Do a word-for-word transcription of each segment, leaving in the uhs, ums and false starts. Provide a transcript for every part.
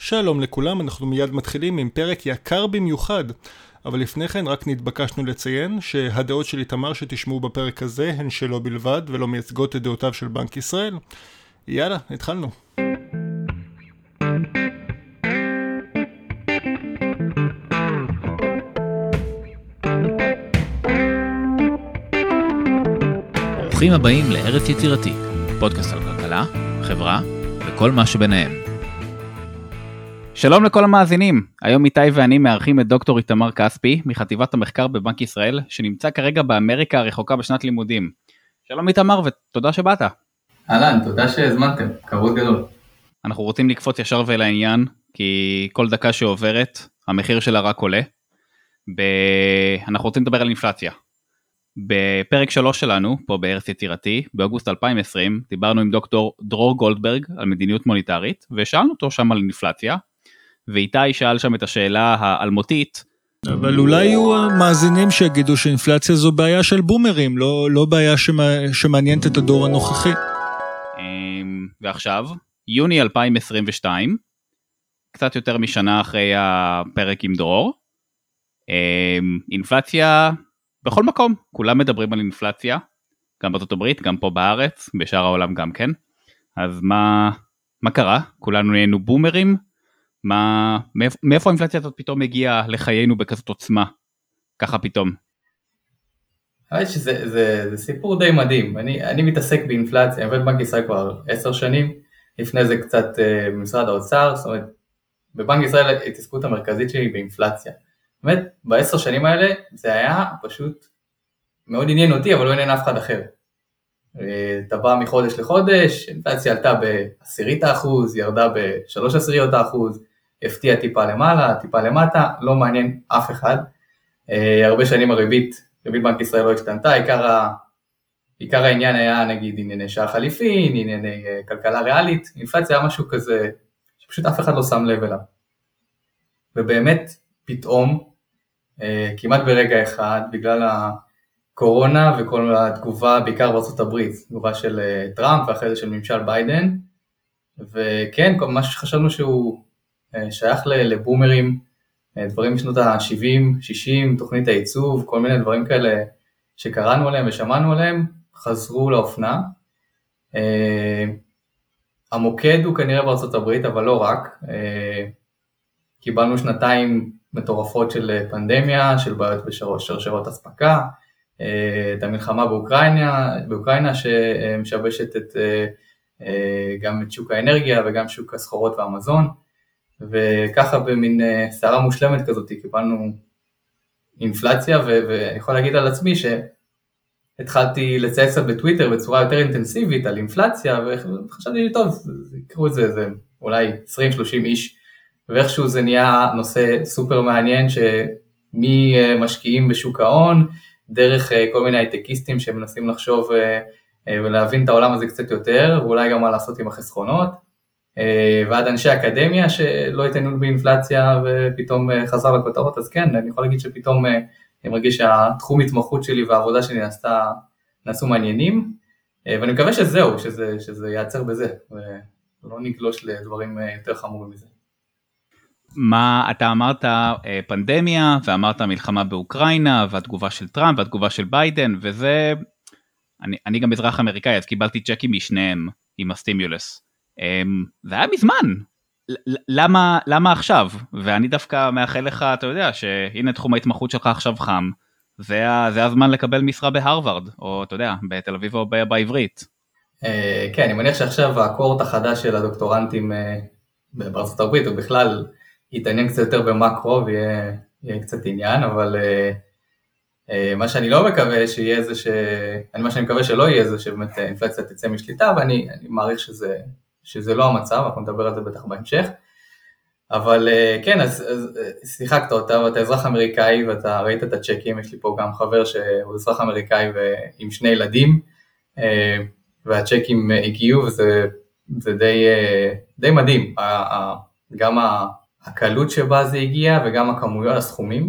שלום לכולם, אנחנו מיד מתחילים עם פרק יקר במיוחד. אבל לפני כן רק נתבקשנו לציין שהדעות של איתמר שתשמעו בפרק הזה הן שלו בלבד ולא מייצגות את דעותיו של בנק ישראל. יאללה, התחלנו. ברוכים הבאים לארץ יצירתי, פודקאסט על כלכלה, חברה וכל מה שביניהם. שלום לכל המאזינים, היום איתי ואני מארחים את דוקטור איתמר כספי מחטיבת המחקר בבנק ישראל, שנמצא כרגע באמריקה הרחוקה בשנת לימודים. שלום איתמר ותודה שבאת. אהלן, תודה שהזמנתם, כבוד גדול. אנחנו רוצים לקפוץ ישר ולעניין, כי כל דקה שעוברת, המחיר שלה רק עולה. ב... אנחנו רוצים לדבר על אינפלציה. בפרק שלוש שלנו, פה בארץ יצירתי, באוגוסט אלפיים ועשרים, דיברנו עם דוקטור דרור גולדברג על מדיניות מוניטרית, ושאלנו אותו שם על אינפלציה, ואיתי שאל שם את השאלה האלמותית. אבל אולי יהיו המאזינים שיגידו שאינפלציה זו בעיה של בומרים, לא, לא בעיה שמה, שמעניינת את הדור הנוכחי. ועכשיו, יוני אלפיים עשרים ושתיים, קצת יותר משנה אחרי הפרק עם דרור, אינפלציה בכל מקום, כולם מדברים על אינפלציה, גם בארצות הברית, גם פה בארץ, בשאר העולם גם כן. אז מה, מה קרה? כולנו נהיינו בומרים? מה, מאיפה האינפלציה הזאת פתאום הגיעה לחיינו בכזאת עוצמה? ככה פתאום. האמת שזה זה, זה סיפור די מדהים. אני, אני מתעסק באינפלציה, אני עובד בבנק ישראל כבר עשר שנים, לפני זה קצת במשרד האוצר, זאת אומרת, בבנק ישראל ההתעסקות המרכזית שלי באינפלציה. באמת, בעשר שנים האלה זה היה פשוט מאוד עניין אותי, אבל לא עניין אף אחד אחר. אתה בא מחודש לחודש, אינפלציה עלתה בעשירית האחוז, ירדה בשלוש עשיריות האחוז, הפתיעה טיפה למעלה, טיפה למטה, לא מעניין אף אחד. הרבה שנים הריבית, ריבית בנק ישראל לא השתנתה, עיקר, ה... עיקר העניין היה נגיד ענייני שער חליפין, ענייני כלכלה ריאלית, אינפלציה היה משהו כזה שפשוט אף אחד לא שם לב אליו. ובאמת פתאום, כמעט ברגע אחד, בגלל הקורונה וכל התגובה, בעיקר בארצות הברית, תגובה של טראמפ ואחרי זה של ממשל ביידן, וכן, מה שחשבנו שהוא שייך לבומרים, דברים משנות ה-שבעים, שישים, תוכנית העיצוב, כל מיני דברים כאלה שקראנו עליהם ושמענו עליהם, חזרו לאופנה. המוקד הוא כנראה בארצות הברית, אבל לא רק. קיבלנו שנתיים מטורפות של פנדמיה, של בעיות בשרשרות אספקה, את המלחמה באוקראינה, באוקראינה שמשבשת את, גם את שוק האנרגיה וגם שוק הסחורות והמזון, וככה במין סערה מושלמת כזאת קיבלנו אינפלציה, ואני יכול להגיד על עצמי שהתחלתי לצייץ בטוויטר בצורה יותר אינטנסיבית על אינפלציה, וחשבתי לי טוב, יקראו את זה, זה אולי עשרים שלושים איש, ואיכשהו זה נהיה נושא סופר מעניין, שמי משקיעים בשוק ההון, דרך כל מיני הייטקיסטים שמנסים לחשוב ולהבין את העולם הזה קצת יותר, ואולי גם מה לעשות עם החסכונות, ועד אנשי אקדמיה שלא התעניינו באינפלציה ופתאום חזר לכותרות, אז כן, אני יכול להגיד שפתאום אני מרגיש שהתחום התמחות שלי והעבודה שלי נעשתה, נעשו מעניינים, ואני מקווה שזהו, שזה, שזה ייעצר בזה, ולא נגלוש לדברים יותר חמורים מזה. מה אתה אמרת פנדמיה, ואמרת מלחמה באוקראינה, והתגובה של טראמפ, והתגובה של ביידן, וזה, אני, אני גם אזרח אמריקאי, אז קיבלתי צ'קים משניהם עם הסטימיולס. זה היה מזמן, למה, למה עכשיו? ואני דווקא מאחל לך, אתה יודע, שהנה תחום ההתמחות שלך עכשיו חם, זה, זה הזמן לקבל משרה בהרווארד, או אתה יודע, בתל אביב או בעברית. כן, אני מניח שעכשיו הקורט החדש של הדוקטורנטים בארצות הברית, הוא בכלל יתעניין קצת יותר במקרו, ויהיה קצת עניין, אבל מה שאני לא מקווה שיהיה זה ש... אני מה שאני מקווה שלא יהיה זה שבאמת אינפלציה תצא משליטה, ואני מעריך שזה, שזה לא המצב, אנחנו נדבר על זה בטח בהמשך. אבל כן, אז, אז שיחקת אותה, ואתה אזרח אמריקאי, ואתה ראית את הצ'קים, יש לי פה גם חבר שהוא אזרח אמריקאי ועם שני ילדים, והצ'קים הגיעו, וזה זה די, די מדהים, גם הקלות שבה זה הגיע, וגם הכמויות, הסכומים,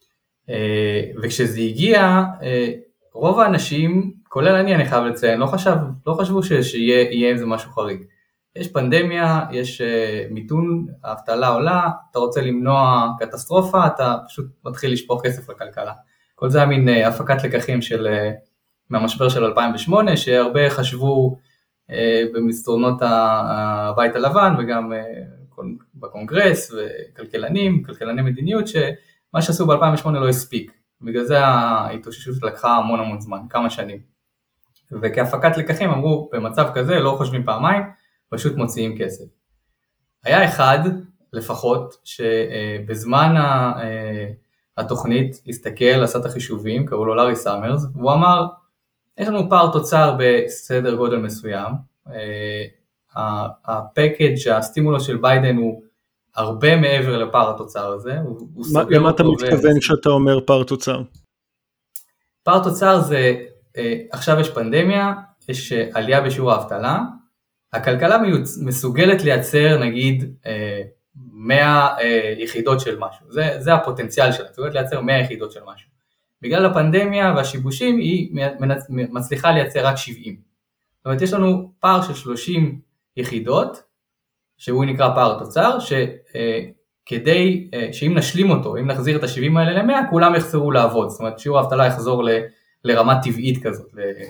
וכשזה הגיע, רוב האנשים, כולל אני, אני חייב לציין, לא חשב, לא חשבו שיהיה איזה משהו חריג. יש פנדמיה, יש מיתון, האבטלה עולה, אתה רוצה למנוע קטסטרופה, אתה פשוט מתחיל לשפוך כסף לכלכלה. כל זה היה מין הפקת לקחים של, מהמשבר של אלפיים ושמונה, שהרבה חשבו במסדרונות הבית הלבן, וגם בקונגרס, וכלכלנים, כלכלני מדיניות, שמה שעשו ב-אלפיים ושמונה לא הספיק. בגלל זה ההתאוששות לקחה המון המון זמן, כמה שנים. וכהפקת לקחים אמרו, במצב כזה לא חושבים פעמיים, פשוט מוציאים כסף. היה אחד לפחות שבזמן התוכנית הסתכל, עשה את החישובים, קראו לו לארי סאמרס, והוא אמר, יש לנו פער תוצר בסדר גודל מסוים, הפקאג', הסטימולוס של ביידן הוא הרבה מעבר לפער התוצר הזה. למה אתה מתכוון כשאתה אומר פער תוצר? פער תוצר זה, עכשיו יש פנדמיה, יש עלייה בשיעור האבטלה, הכלכלה מסוגלת לייצר נגיד מאה יחידות של משהו, זה, זה הפוטנציאל שלה, מסוגלת לייצר מאה יחידות של משהו. בגלל הפנדמיה והשיבושים היא מצליחה לייצר רק שבעים. זאת אומרת יש לנו פער של שלושים יחידות, שהוא נקרא פער תוצר, שכדי, שאם נשלים אותו, אם נחזיר את ה-שבעים האלה ל-מאה, כולם יחזרו לעבוד, זאת אומרת שיעור האבטלה יחזור ל, לרמה טבעית כזאת,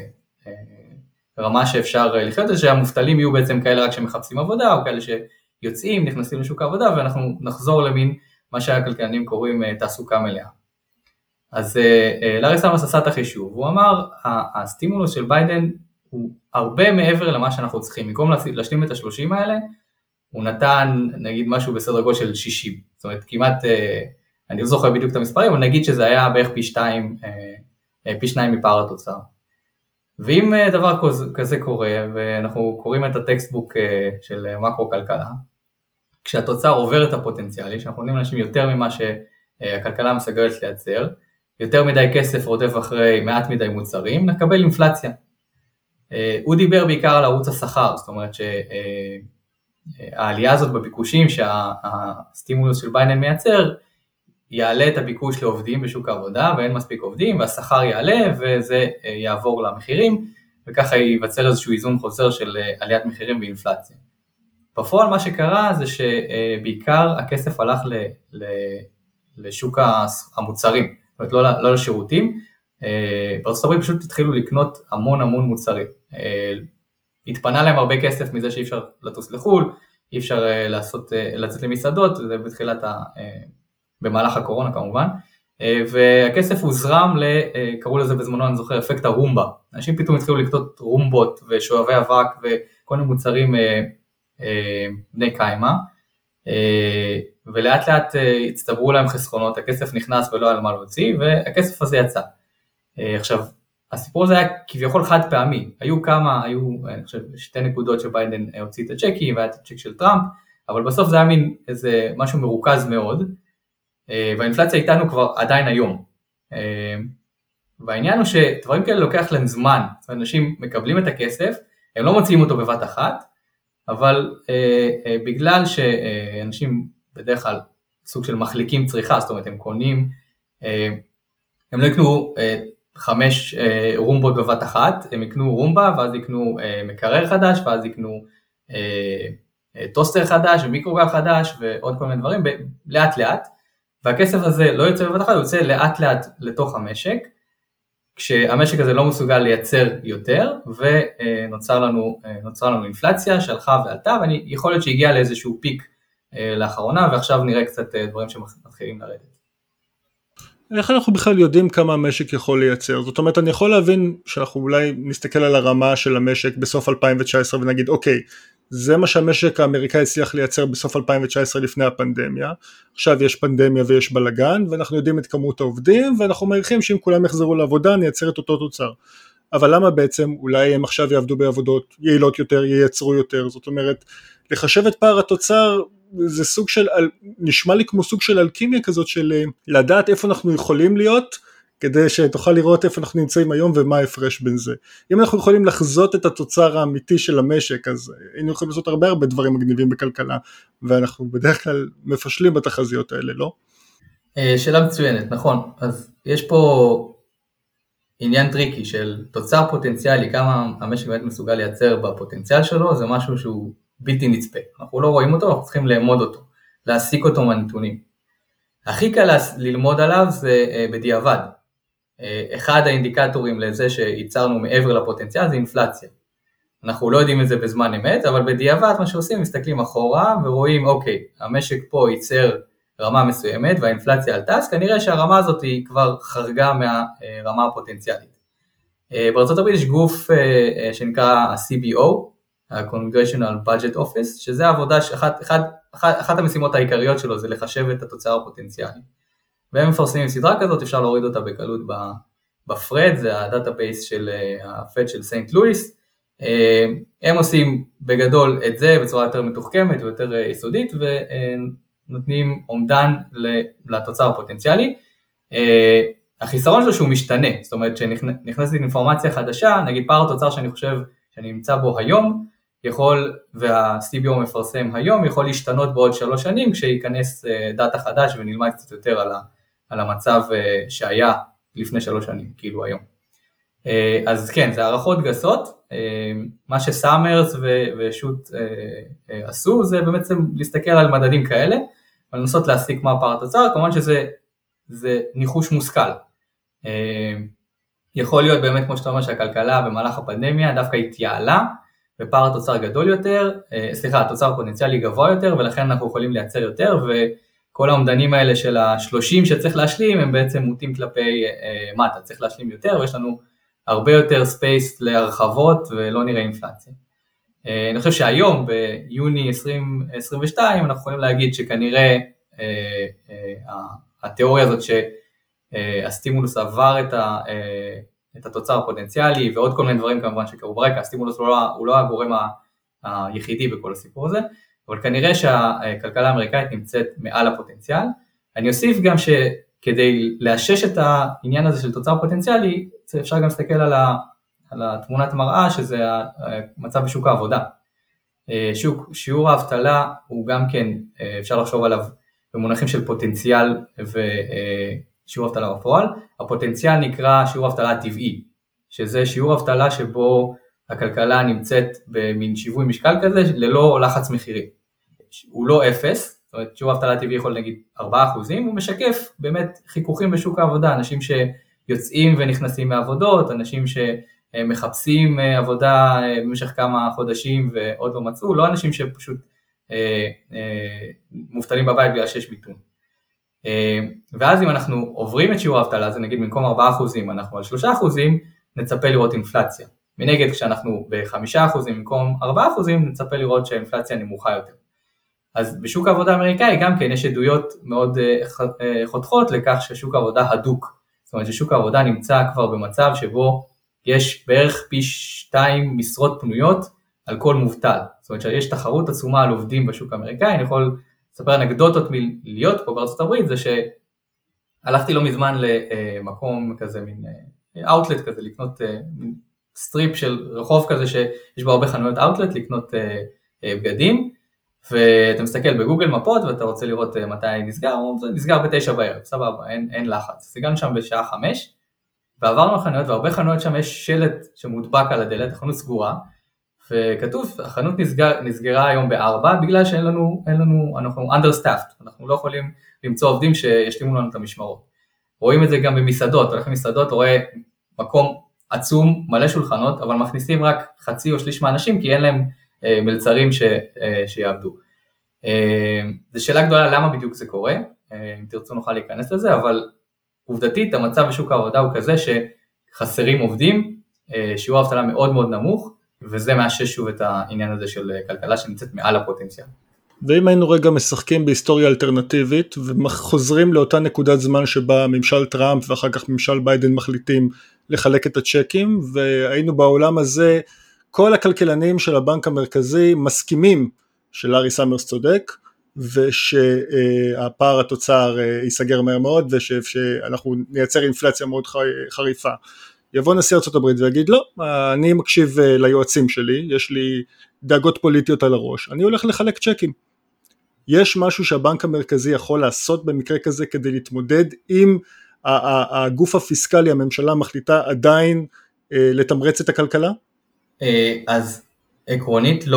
לרמה שאפשר לחיות, שהמובטלים יהיו בעצם כאלה רק שמחפשים עבודה, או כאלה שיוצאים, נכנסים לשוק העבודה, ואנחנו נחזור למין מה שהכלכלנים קוראים תעסוקה מלאה. אז לארי סאמרס עשה את החישוב, הוא אמר, הסטימולוס של ביידן הוא הרבה מעבר למה שאנחנו צריכים, במקום להשלים את השלושים האלה, הוא נתן נגיד משהו בסדר גודל של שישים, זאת אומרת כמעט, אני לא זוכר בדיוק את המספרים, אבל נגיד שזה היה בערך פי שתיים, פי שניים מפער התוצר. ואם דבר כזה קורה, ואנחנו קוראים את הטקסטבוק של מקרו כלכלה, כשהתוצר עובר את הפוטנציאלי, שאנחנו נותנים לאנשים יותר ממה שהכלכלה מסוגלת לייצר, יותר מדי כסף רודף אחרי מעט מדי מוצרים, נקבל אינפלציה. הוא דיבר בעיקר על ערוץ השכר, זאת אומרת שהעלייה הזאת בביקושים שהסטימולוס של ביידן מייצר, יעלה את הביקוש לעובדים בשוק העבודה, ואין מספיק עובדים, והשכר יעלה, וזה יעבור למחירים, וככה ייווצר איזשהו איזון חוזר של עליית מחירים ואינפלציה. בפועל מה שקרה זה שבעיקר הכסף הלך לשוק המוצרים, זאת אומרת לא, לא לשירותים, בארצות הברית פשוט התחילו לקנות המון המון מוצרים, התפנה להם הרבה כסף מזה שאי אפשר לטוס לחול, אי אפשר לעשות, לצאת למסעדות, זה בתחילת ה... במהלך הקורונה כמובן, והכסף הוזרם, קראו לזה בזמנו, אני זוכר, אפקט הרומבה, אנשים פתאום התחילו לקנות רומבות ושואבי אבק וכל מיני מוצרים בני קיימה, ולאט לאט הצטברו להם חסכונות, הכסף נכנס ולא היה למה להוציא, והכסף הזה יצא. עכשיו, הסיפור הזה היה כביכול חד פעמי, היו כמה, היו אני חושב, שתי נקודות שביידן הוציא את הצ'קים, והיה את הצ'ק של טראמפ, אבל בסוף זה היה מין איזה משהו מרוכז מאוד, והאינפלציה איתנו כבר עדיין היום. והעניין הוא שדברים כאלה לוקח להם זמן, זאת אומרת, אנשים מקבלים את הכסף, הם לא מוציאים אותו בבת אחת, אבל בגלל שאנשים בדרך כלל סוג של מחליקים צריכה, זאת אומרת, הם קונים, הם לא יקנו חמש רומבות בבת אחת, הם יקנו רומבה, ואז יקנו מקרר חדש, ואז יקנו טוסטר חדש, ומיקרוגל חדש, ועוד כל מיני דברים, לאט לאט, והכסף הזה לא יוצא בבת אחת, הוא יוצא לאט לאט לתוך המשק, כשהמשק הזה לא מסוגל לייצר יותר, ונוצר לנו, נוצרה לנו אינפלציה שהלכה ועלתה, ואני יכול להיות שהגיע לאיזשהו פיק לאחרונה, ועכשיו נראה קצת דברים שמתחילים לרדת. איך אנחנו בכלל יודעים כמה המשק יכול לייצר? זאת אומרת, אני יכול להבין שאנחנו אולי נסתכל על הרמה של המשק בסוף אלפיים תשע עשרה ונגיד, אוקיי, זה מה שהמשק האמריקאי הצליח לייצר בסוף אלפיים תשע עשרה לפני הפנדמיה, עכשיו יש פנדמיה ויש בלגן, ואנחנו יודעים את כמות העובדים, ואנחנו מעריכים שאם כולם יחזרו לעבודה, נייצר את אותו תוצר. אבל למה בעצם אולי הם עכשיו יעבדו בעבודות יעילות יותר, ייצרו יותר? זאת אומרת, לחשב את פער התוצר, זה סוג של, נשמע לי כמו סוג של אלכימיה כזאת של לדעת איפה אנחנו יכולים להיות, כדי שתוכל לראות איפה אנחנו נמצאים היום ומה ההפרש בין זה. אם אנחנו יכולים לחזות את התוצר האמיתי של המשק, אז היינו יכולים לעשות הרבה הרבה דברים מגניבים בכלכלה, ואנחנו בדרך כלל מפשלים בתחזיות האלה, לא? שאלה מצוינת, נכון. אז יש פה עניין טריקי של תוצר פוטנציאלי, כמה המשק באמת מסוגל לייצר בפוטנציאל שלו, זה משהו שהוא בלתי נצפה, אנחנו לא רואים אותו, אנחנו צריכים לאמוד אותו, להסיק אותו מהנתונים. הכי קל ללמוד עליו זה בדיעבד. אחד האינדיקטורים לזה שייצרנו מעבר לפוטנציאל זה אינפלציה. אנחנו לא יודעים את זה בזמן אמת, אבל בדיעבד מה שעושים, מסתכלים אחורה ורואים, אוקיי, המשק פה ייצר רמה מסוימת והאינפלציה עלתה, אז כנראה שהרמה הזאת היא כבר חרגה מהרמה הפוטנציאלית. בארצות הברית יש גוף שנקרא ה-סי בי או, ה-Congressional Budget Office, שזה העבודה, אחת, אחת, אחת, אחת המשימות העיקריות שלו זה לחשב את התוצר הפוטנציאלי. והם מפרסמים סדרה כזאת, אפשר להוריד אותה בקלות בפרד, זה הדאטאבייס של הפד של סנט לואיס, הם עושים בגדול את זה בצורה יותר מתוחכמת ויותר יסודית, ונותנים אומדן לתוצר הפוטנציאלי. החיסרון שלו שהוא משתנה, זאת אומרת שנכנסת אינפורמציה חדשה, נגיד פער התוצר שאני חושב שאני נמצא בו היום, יכול, וה-סי בי או מפרסם היום, יכול להשתנות בעוד שלוש שנים, כשיכנס דאטה חדש ונלמד קצת יותר על, ה, על המצב שהיה לפני שלוש שנים, כאילו היום. אז כן, זה הערכות גסות, מה שסאמרס ושוט עשו, זה באמת להסתכל על מדדים כאלה, ולנסות להסיק מה פער התוצר, כמובן שזה זה ניחוש מושכל. יכול להיות באמת, כמו שאתה אומר, שהכלכלה במהלך הפנדמיה דווקא התייעלה, ופער התוצר גדול יותר, סליחה, התוצר הפוטנציאלי גבוה יותר, ולכן אנחנו יכולים לייצר יותר, וכל העומדנים האלה של ה-שלושים שצריך להשלים, הם בעצם מוטים כלפי מטה, צריך להשלים יותר, ויש לנו הרבה יותר ספייס להרחבות, ולא נראה אינפלציה. אני חושב שהיום, ביוני עשרים עשרים ושתיים, אנחנו יכולים להגיד שכנראה התיאוריה הזאת שהסטימולוס עבר את ה... את התוצר הפוטנציאלי, ועוד כל מיני דברים כמובן שקרו ברקע, הסטימולוס הוא לא, הוא לא הגורם היחידי בכל הסיפור הזה, אבל כנראה שהכלכלה האמריקאית נמצאת מעל הפוטנציאל. אני אוסיף גם שכדי לאשש את העניין הזה של תוצר פוטנציאלי, אפשר גם להסתכל על, ה, על התמונת מראה, שזה המצב בשוק העבודה. שוק, שיעור האבטלה הוא גם כן, אפשר לחשוב עליו במונחים של פוטנציאל ו... שיעור אבטלה בפועל. הפוטנציאל נקרא שיעור אבטלה הטבעי, שזה שיעור אבטלה שבו הכלכלה נמצאת במין שיווי משקל כזה, ללא לחץ מחירי. הוא לא אפס, זאת אומרת שיעור אבטלה טבעי יכול להגיד ארבעה אחוזים, הוא משקף באמת חיכוכים בשוק העבודה, אנשים שיוצאים ונכנסים מעבודות, אנשים שמחפשים עבודה במשך כמה חודשים ועוד לא מצאו, לא אנשים שפשוט אה, אה, מובטלים בבית בגלל שיש מיתון. ואז אם אנחנו עוברים את שיעור האבטלה, זה נגיד במקום ארבעה אחוזים, אנחנו על שלושה אחוזים, נצפה לראות אינפלציה. מנגד כשאנחנו ב-חמישה אחוזים במקום ארבעה אחוזים, נצפה לראות שהאינפלציה נמוכה יותר. אז בשוק העבודה האמריקאי גם כן יש עדויות מאוד חותכות לכך ששוק העבודה הדוק. זאת אומרת ששוק העבודה נמצא כבר במצב שבו יש בערך פי שתיים משרות פנויות על כל מובטל. זאת אומרת שיש תחרות עצומה על עובדים בשוק האמריקאי. אני יכול לספר אנקדוטות מלהיות פה בארצות הברית, זה שהלכתי לא מזמן למקום כזה, מין אאוטלט כזה, לקנות סטריפ של רחוב כזה שיש בו הרבה חנויות אאוטלט, לקנות בגדים, ואתה מסתכל בגוגל מפות ואתה רוצה לראות מתי נסגר, זה נסגר בתשע בערב, סבבה, אין, אין לחץ. סגרנו שם בשעה חמש, ועברנו לחנויות, והרבה חנויות שם יש שלט שמודבק על הדלת, החנות סגורה, וכתוב, החנות נסגר, נסגרה היום בארבע, בגלל שאין לנו, אין לנו, אנחנו understaffed, אנחנו לא יכולים למצוא עובדים שישלימו לנו את המשמרות. רואים את זה גם במסעדות, הולך למסעדות, רואה מקום עצום, מלא שולחנות, אבל מכניסים רק חצי או שליש מהאנשים, כי אין להם אה, מלצרים ש, אה, שיעבדו. אה, זו שאלה גדולה למה בדיוק זה קורה, אה, אם תרצו נוכל להיכנס לזה, אבל עובדתית המצב בשוק העבודה הוא כזה שחסרים עובדים, אה, שיעור האבטלה מאוד מאוד נמוך, וזה מאשש שוב את העניין הזה של כלכלה שנמצאת מעל הפוטנציאל. ואם היינו רגע משחקים בהיסטוריה אלטרנטיבית, וחוזרים לאותה נקודת זמן שבה ממשל טראמפ ואחר כך ממשל ביידן מחליטים לחלק את הצ'קים, והיינו בעולם הזה, כל הכלכלנים של הבנק המרכזי מסכימים שלארי סאמרס צודק, ושהפער התוצר ייסגר מהר מאוד, ושאנחנו נייצר אינפלציה מאוד חריפה. יבוא נשיא ארצות הברית ויגיד, לא, אני מקשיב ליועצים שלי, יש לי דאגות פוליטיות על הראש, אני הולך לחלק צ'קים. יש משהו שהבנק המרכזי יכול לעשות במקרה כזה, כדי להתמודד עם הגוף הפיסקלי, הממשלה מחליטה עדיין לתמרץ את הכלכלה? אז עקרונית לא.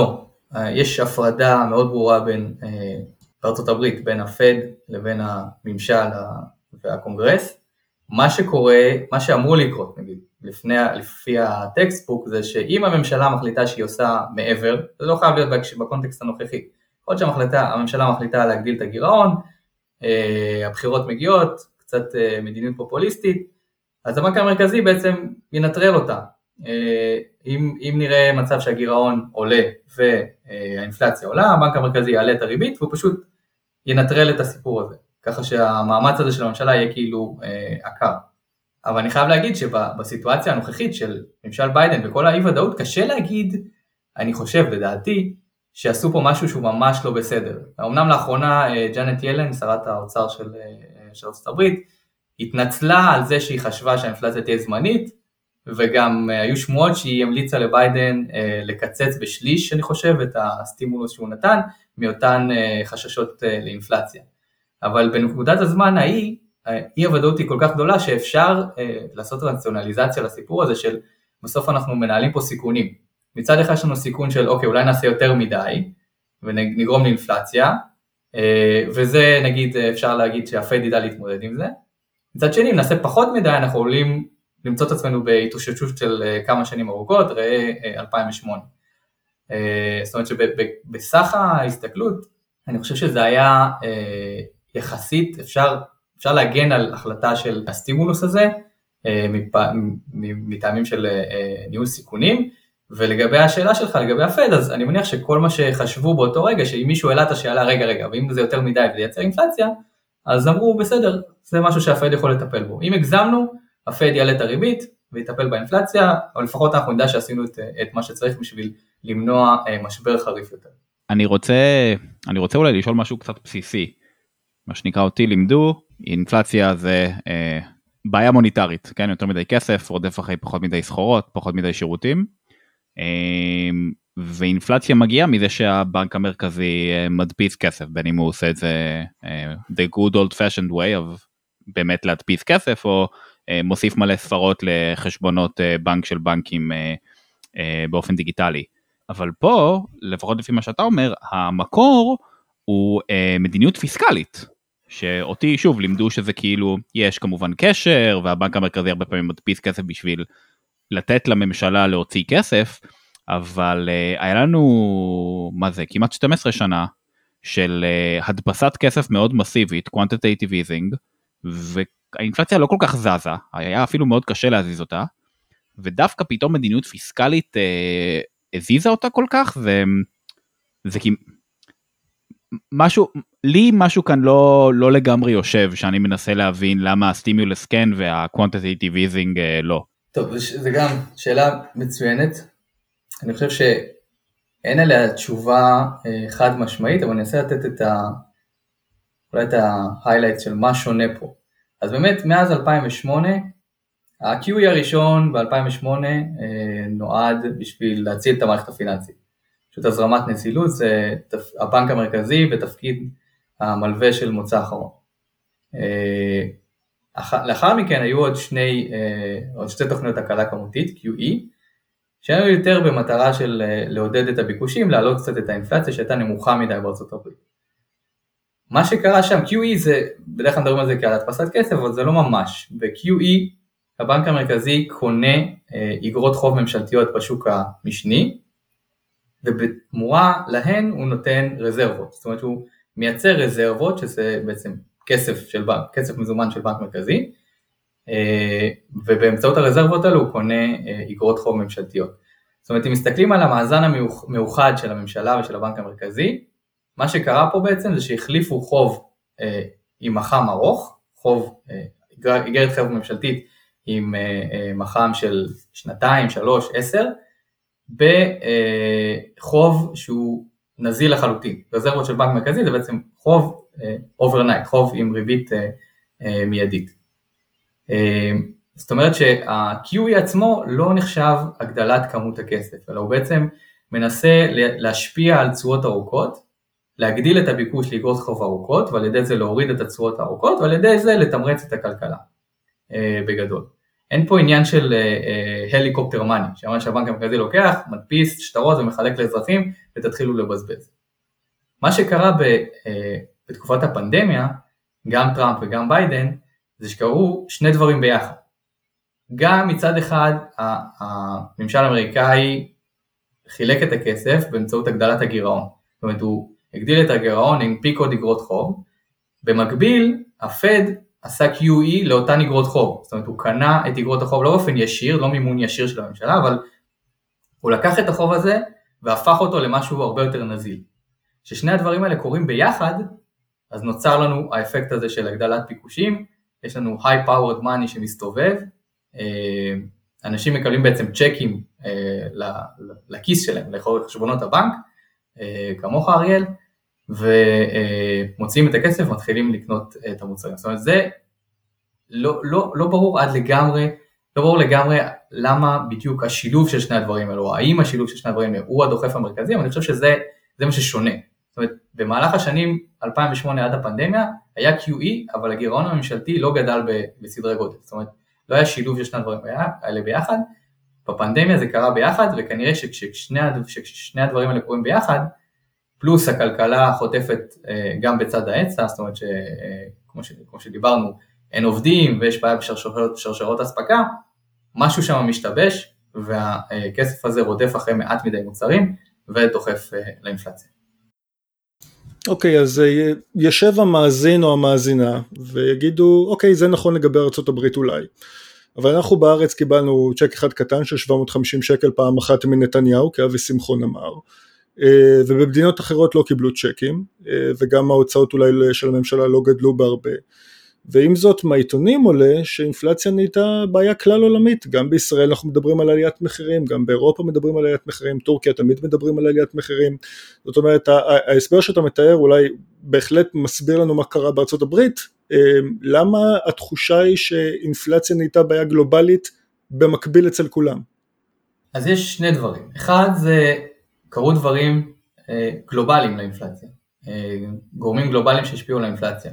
יש הפרדה מאוד ברורה בין, בארצות הברית, בין הפד לבין הממשל והקונגרס. מה שקורה, מה שאמור לקרות, נגיד, לפני, לפי הטקסטבוק, זה שאם הממשלה מחליטה שהיא עושה מעבר, זה לא חייב להיות בקונטקסט הנוכחי. עוד שהממשלה מחליטה להגדיל את הגירעון, הבחירות מגיעות, קצת מדיניות פופוליסטית, אז הבנק המרכזי בעצם ינטרל אותה. אם, אם נראה מצב שהגירעון עולה והאינפלציה עולה, הבנק המרכזי יעלה את הריבית, והוא פשוט ינטרל את הסיפור הזה. ככה שהמאמץ הזה של הממשלה יהיה כאילו עקר. אבל אני חייב להגיד שבסיטואציה הנוכחית של ממשל ביידן וכל האי ודאות, קשה להגיד, אני חושב לדעתי, שעשו פה משהו שהוא ממש לא בסדר. אמנם לאחרונה ג'אנט ילן, שרת האוצר של, של ארצות הברית, התנצלה על זה שהיא חשבה שהאינפלציה תהיה זמנית, וגם היו שמועות שהיא המליצה לביידן לקצץ בשליש, אני חושב, את הסטימולוס שהוא נתן, מאותן חששות לאינפלציה. אבל בנקודת הזמן ההיא, אי הוודאות היא כל כך גדולה שאפשר לעשות רציונליזציה לסיפור הזה של בסוף אנחנו מנהלים פה סיכונים. מצד אחד יש לנו סיכון של אוקיי, אולי נעשה יותר מדי ונגרום לאינפלציה, וזה נגיד אפשר להגיד שהפד ידע להתמודד עם זה. מצד שני, אם נעשה פחות מדי, אנחנו עולים למצוא את עצמנו בהתאוששות של כמה שנים ארוכות, ראה אלפיים ושמונה. זאת אומרת שבסך ההסתכלות, אני חושב שזה היה יחסית, אפשר, אפשר להגן על החלטה של הסטימולוס הזה, מטעמים של ניהול סיכונים, ולגבי השאלה שלך, לגבי הפד, אז אני מניח שכל מה שחשבו באותו רגע, שאם מישהו העלה את השאלה, רגע, רגע, ואם זה יותר מדי ולייצר אינפלציה, אז אמרו, בסדר, זה משהו שהפד יכול לטפל בו. אם הגזמנו, הפד יעלה את הריבית ויטפל באינפלציה, אבל לפחות אנחנו נדע שעשינו את, את מה שצריך בשביל למנוע משבר חריף יותר. אני רוצה, אני רוצה אולי לשאול משהו קצת בסיסי. מה שנקרא אותי לימדו, אינפלציה זה אה, בעיה מוניטרית, כן? יותר מדי כסף, רודף אחרי פחות מדי סחורות, פחות מדי שירותים. אה, ואינפלציה מגיעה מזה שהבנק המרכזי מדפיס כסף, בין אם הוא עושה את זה uh, the good old fashioned way of באמת להדפיס כסף, או uh, מוסיף מלא ספרות לחשבונות uh, בנק של בנקים uh, uh, באופן דיגיטלי. אבל פה, לפחות לפי מה שאתה אומר, המקור הוא uh, מדיניות פיסקלית, שאותי שוב לימדו שזה כאילו, יש כמובן קשר, והבנק המרכזי הרבה פעמים מדפיס כסף בשביל לתת לממשלה להוציא כסף, אבל uh, היה לנו, מה זה, כמעט שתים עשרה שנה של uh, הדפסת כסף מאוד מסיבית, quantitative easing, והאינפלציה לא כל כך זזה, היה אפילו מאוד קשה להזיז אותה, ודווקא פתאום מדיניות פיסקלית uh, הזיזה אותה כל כך, זה, זה כי, משהו, לי משהו כאן לא, לא לגמרי יושב, שאני מנסה להבין למה הסטימולס כן וה-quantitative easing uh, לא. טוב, זה גם שאלה מצוינת, אני חושב שאין עליה תשובה חד משמעית, אבל אני אנסה לתת את ה... אולי את ה-highlights של מה שונה פה. אז באמת, מאז אלפיים ושמונה, ה-קיו אי הראשון ב-אלפיים ושמונה נועד בשביל להציל את המערכת הפיננסית. פשוט הזרמת נזילות, זה הבנק המרכזי בתפקיד המלווה של מוצא אחרון. לאחר מכן היו עוד שני, עוד שתי תוכניות הקלה כמותית, קיו אי, שהיו יותר במטרה של לעודד את הביקושים, להעלות קצת את האינפלציה שהייתה נמוכה מדי בארצות הברית. מה שקרה שם, קיו אי זה, בדרך כלל מדברים על זה כעל הדפסת כסף, אבל זה לא ממש. ב-קיו אי הבנק המרכזי קונה אגרות חוב ממשלתיות בשוק המשני, ובתמורה להן הוא נותן רזרבות. זאת אומרת הוא מייצר רזרבות, שזה בעצם כסף של בנק, כסף מזומן של בנק מרכזי, ובאמצעות הרזרבות האלו הוא קונה אגרות חוב ממשלתיות. זאת אומרת, אם מסתכלים על המאזן המאוחד של הממשלה ושל הבנק המרכזי, מה שקרה פה בעצם זה שהחליפו חוב עם מח"מ ארוך, חוב, אגרת חוב ממשלתית עם מח"מ של שנתיים, שלוש, עשר, בחוב שהוא נזיל לחלוטין. רזרבות של בנק מרכזי זה בעצם חוב אוברנייט, חוב עם ריבית מיידית. זאת אומרת שה-קיו אי עצמו לא נחשב הגדלת כמות הכסף, אלא הוא בעצם מנסה להשפיע על תשואות ארוכות, להגדיל את הביקוש לאגרות חוב ארוכות, ועל ידי זה להוריד את התשואות הארוכות, ועל ידי זה לתמרץ את הכלכלה בגדול. אין פה עניין של הליקופטר מאני, שאומר שהבנק המרכזי לוקח, מדפיס, שטרות ומחלק לאזרחים ותתחילו לבזבז. מה שקרה ב, בתקופת הפנדמיה, גם טראמפ וגם ביידן, זה שקרו שני דברים ביחד. גם מצד אחד הממשל האמריקאי חילק את הכסף באמצעות הגדלת הגירעון. זאת אומרת, הוא הגדיל את הגירעון, הנפיק עוד אגרות חוב, במקביל הפד עשה קיו אי לאותן אגרות חוב, זאת אומרת הוא קנה את אגרות החוב לא באופן ישיר, לא מימון ישיר של הממשלה, אבל הוא לקח את החוב הזה והפך אותו למשהו הרבה יותר נזיל. כששני הדברים האלה קורים ביחד, אז נוצר לנו האפקט הזה של הגדלת ביקושים, יש לנו high powered money שמסתובב, אנשים מקבלים בעצם צ'קים לכיס שלהם, לחשבונות הבנק, כמוך אריאל, ומוצאים את הכסף ומתחילים לקנות את המוצרים. זאת אומרת, זה לא, לא, לא ברור עד לגמרי, לא ברור לגמרי למה בדיוק השילוב של שני הדברים האלו, האם השילוב של שני הדברים האלו הוא הדוחף המרכזי, אבל אני חושב שזה זה מה ששונה. זאת אומרת, במהלך השנים אלפיים ושמונה עד הפנדמיה היה קיו אי, אבל הגירעון הממשלתי לא גדל בסדרי גודל. זאת אומרת, לא היה שילוב של שני הדברים האלה ביחד, בפנדמיה זה קרה ביחד, וכנראה שכששני, שכששני הדברים האלה קורים ביחד, פלוס הכלכלה חוטפת גם בצד ההיצע, זאת אומרת שכמו ש, כמו שדיברנו, אין עובדים ויש בעיה בשרשרות, שרשרות הספקה, משהו שם משתבש, והכסף הזה רודף אחרי מעט מדי מוצרים, ודוחף לאינפלציה. אוקיי, אז ישב המאזין או המאזינה, ויגידו, אוקיי, זה נכון לגבי ארצות הברית אולי, אבל אנחנו בארץ קיבלנו צ'ק אחד קטן של שבע מאות וחמישים שקל פעם אחת מנתניהו, כי אבי שמחון אמר, ובמדינות אחרות לא קיבלו צ'קים, וגם ההוצאות אולי של הממשלה לא גדלו בהרבה, ועם זאת מהעיתונים עולה שאינפלציה נהייתה בעיה כלל עולמית, גם בישראל אנחנו מדברים על עליית מחירים, גם באירופה מדברים על עליית מחירים, טורקיה תמיד מדברים על עליית מחירים, זאת אומרת ההסבר שאתה מתאר אולי בהחלט מסביר לנו מה קרה בארצות הברית, למה התחושה היא שאינפלציה נהייתה בעיה גלובלית במקביל אצל כולם? אז יש שני דברים, אחד זה קרו דברים גלובליים לאינפלציה, גורמים גלובליים שהשפיעו על האינפלציה.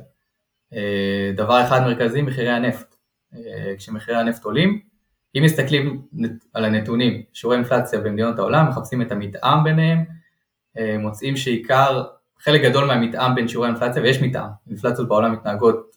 דבר אחד מרכזי, מחירי הנפט. כשמחירי הנפט עולים, אם מסתכלים על הנתונים, שיעורי אינפלציה במדינות העולם, מחפשים את המתאם ביניהם, מוצאים שעיקר, חלק גדול מהמתאם בין שיעורי האינפלציה, ויש מתאם, אינפלציות בעולם מתנהגות,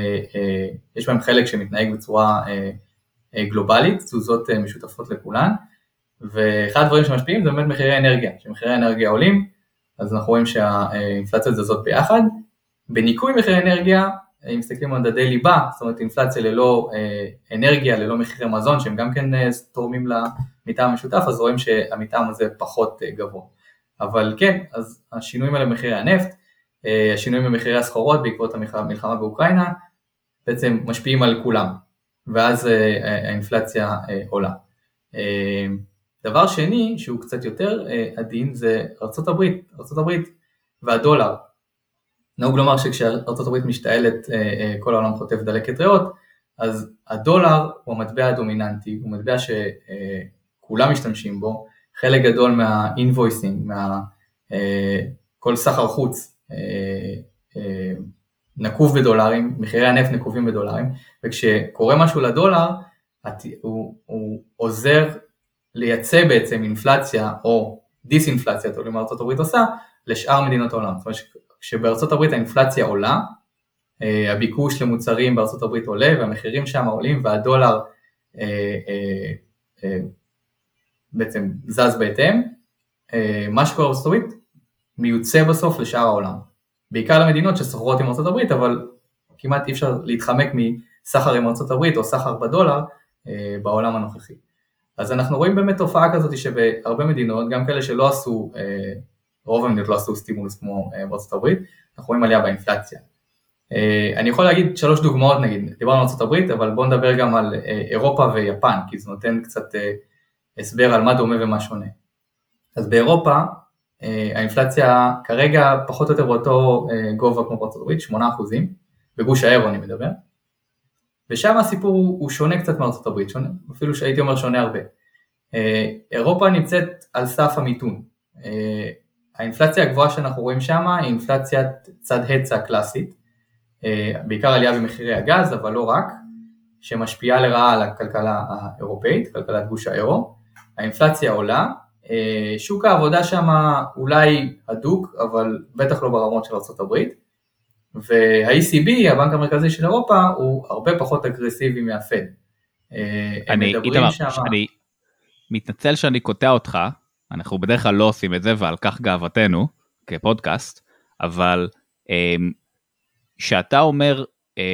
יש בהם חלק שמתנהג בצורה גלובלית, תזוזות משותפות לכולן, ואחד הדברים שמשפיעים זה באמת מחירי אנרגיה, כשמחירי אנרגיה עולים, אז אנחנו רואים שהאינפלציות זזות ביחד, בניקוי מחירי אנרגיה, אם מסתכלים על מדדי ליבה, זאת אומרת אינפלציה ללא אה, אנרגיה, ללא מחירי מזון, שהם גם כן אה, תורמים למתאם המשותף, אז רואים שהמתאם הזה פחות אה, גבוה. אבל כן, אז השינויים האלה במחירי הנפט, אה, השינויים במחירי הסחורות בעקבות המלחמה באוקראינה, בעצם משפיעים על כולם, ואז אה, האינפלציה אה, עולה. אה, דבר שני, שהוא קצת יותר אה, עדין, זה ארצות הברית, ארצות הברית והדולר. נהוג לומר שכשארצות הברית משתעלת, כל העולם חוטף דלקת ריאות, אז הדולר הוא המטבע הדומיננטי, הוא מטבע שכולם משתמשים בו, חלק גדול מהאינבויסינג, כל סחר חוץ, נקוב בדולרים, מחירי הנפט נקובים בדולרים, וכשקורה משהו לדולר, הוא, הוא עוזר לייצא בעצם אינפלציה או דיסאינפלציה, תלוי מה ארצות הברית עושה, לשאר מדינות העולם. זאת אומרת, כשבארצות הברית האינפלציה עולה, הביקוש למוצרים בארצות הברית עולה, והמחירים שם עולים, והדולר בעצם זז בהתאם, מה שקורה בארצות הברית מיוצא בסוף לשאר העולם. בעיקר למדינות שסוחרות עם ארצות הברית, אבל כמעט אי אפשר להתחמק מסחר עם ארצות הברית או סחר בדולר בעולם הנוכחי. אז אנחנו רואים באמת תופעה כזאת שבהרבה מדינות, גם כאלה שלא עשו, רוב המדינות לא עשו סטימולוס כמו בארצות הברית, אנחנו רואים עלייה באינפלציה. אני יכול להגיד שלוש דוגמאות, נגיד, דיברנו על ארצות הברית, אבל בואו נדבר גם על אירופה ויפן, כי זה נותן קצת הסבר על מה דומה ומה שונה. אז באירופה, האינפלציה כרגע פחות או יותר באותו גובה כמו בארצות הברית, שמונה אחוזים, בגוש האירו אני מדבר, ושם הסיפור הוא שונה קצת מארצות הברית, שונה, אפילו שהייתי אומר שונה הרבה. אירופה נמצאת על סף המיתון, האינפלציה הגבוהה שאנחנו רואים שם היא אינפלציית צד היצע קלאסית, בעיקר עלייה במחירי הגז, אבל לא רק, שמשפיעה לרעה על הכלכלה האירופאית, כלכלת גוש האירו, האינפלציה עולה, שוק העבודה שם אולי הדוק, אבל בטח לא ברמות של ארצות הברית, וה-E C B, הבנק המרכזי של אירופה, הוא הרבה פחות אגרסיבי מהפד. אני, איתמר, אני מתנצל שאני קוטע אותך, אנחנו בדרך כלל לא עושים את זה, ועל כך גאוותנו, כפודקאסט, אבל שאתה אומר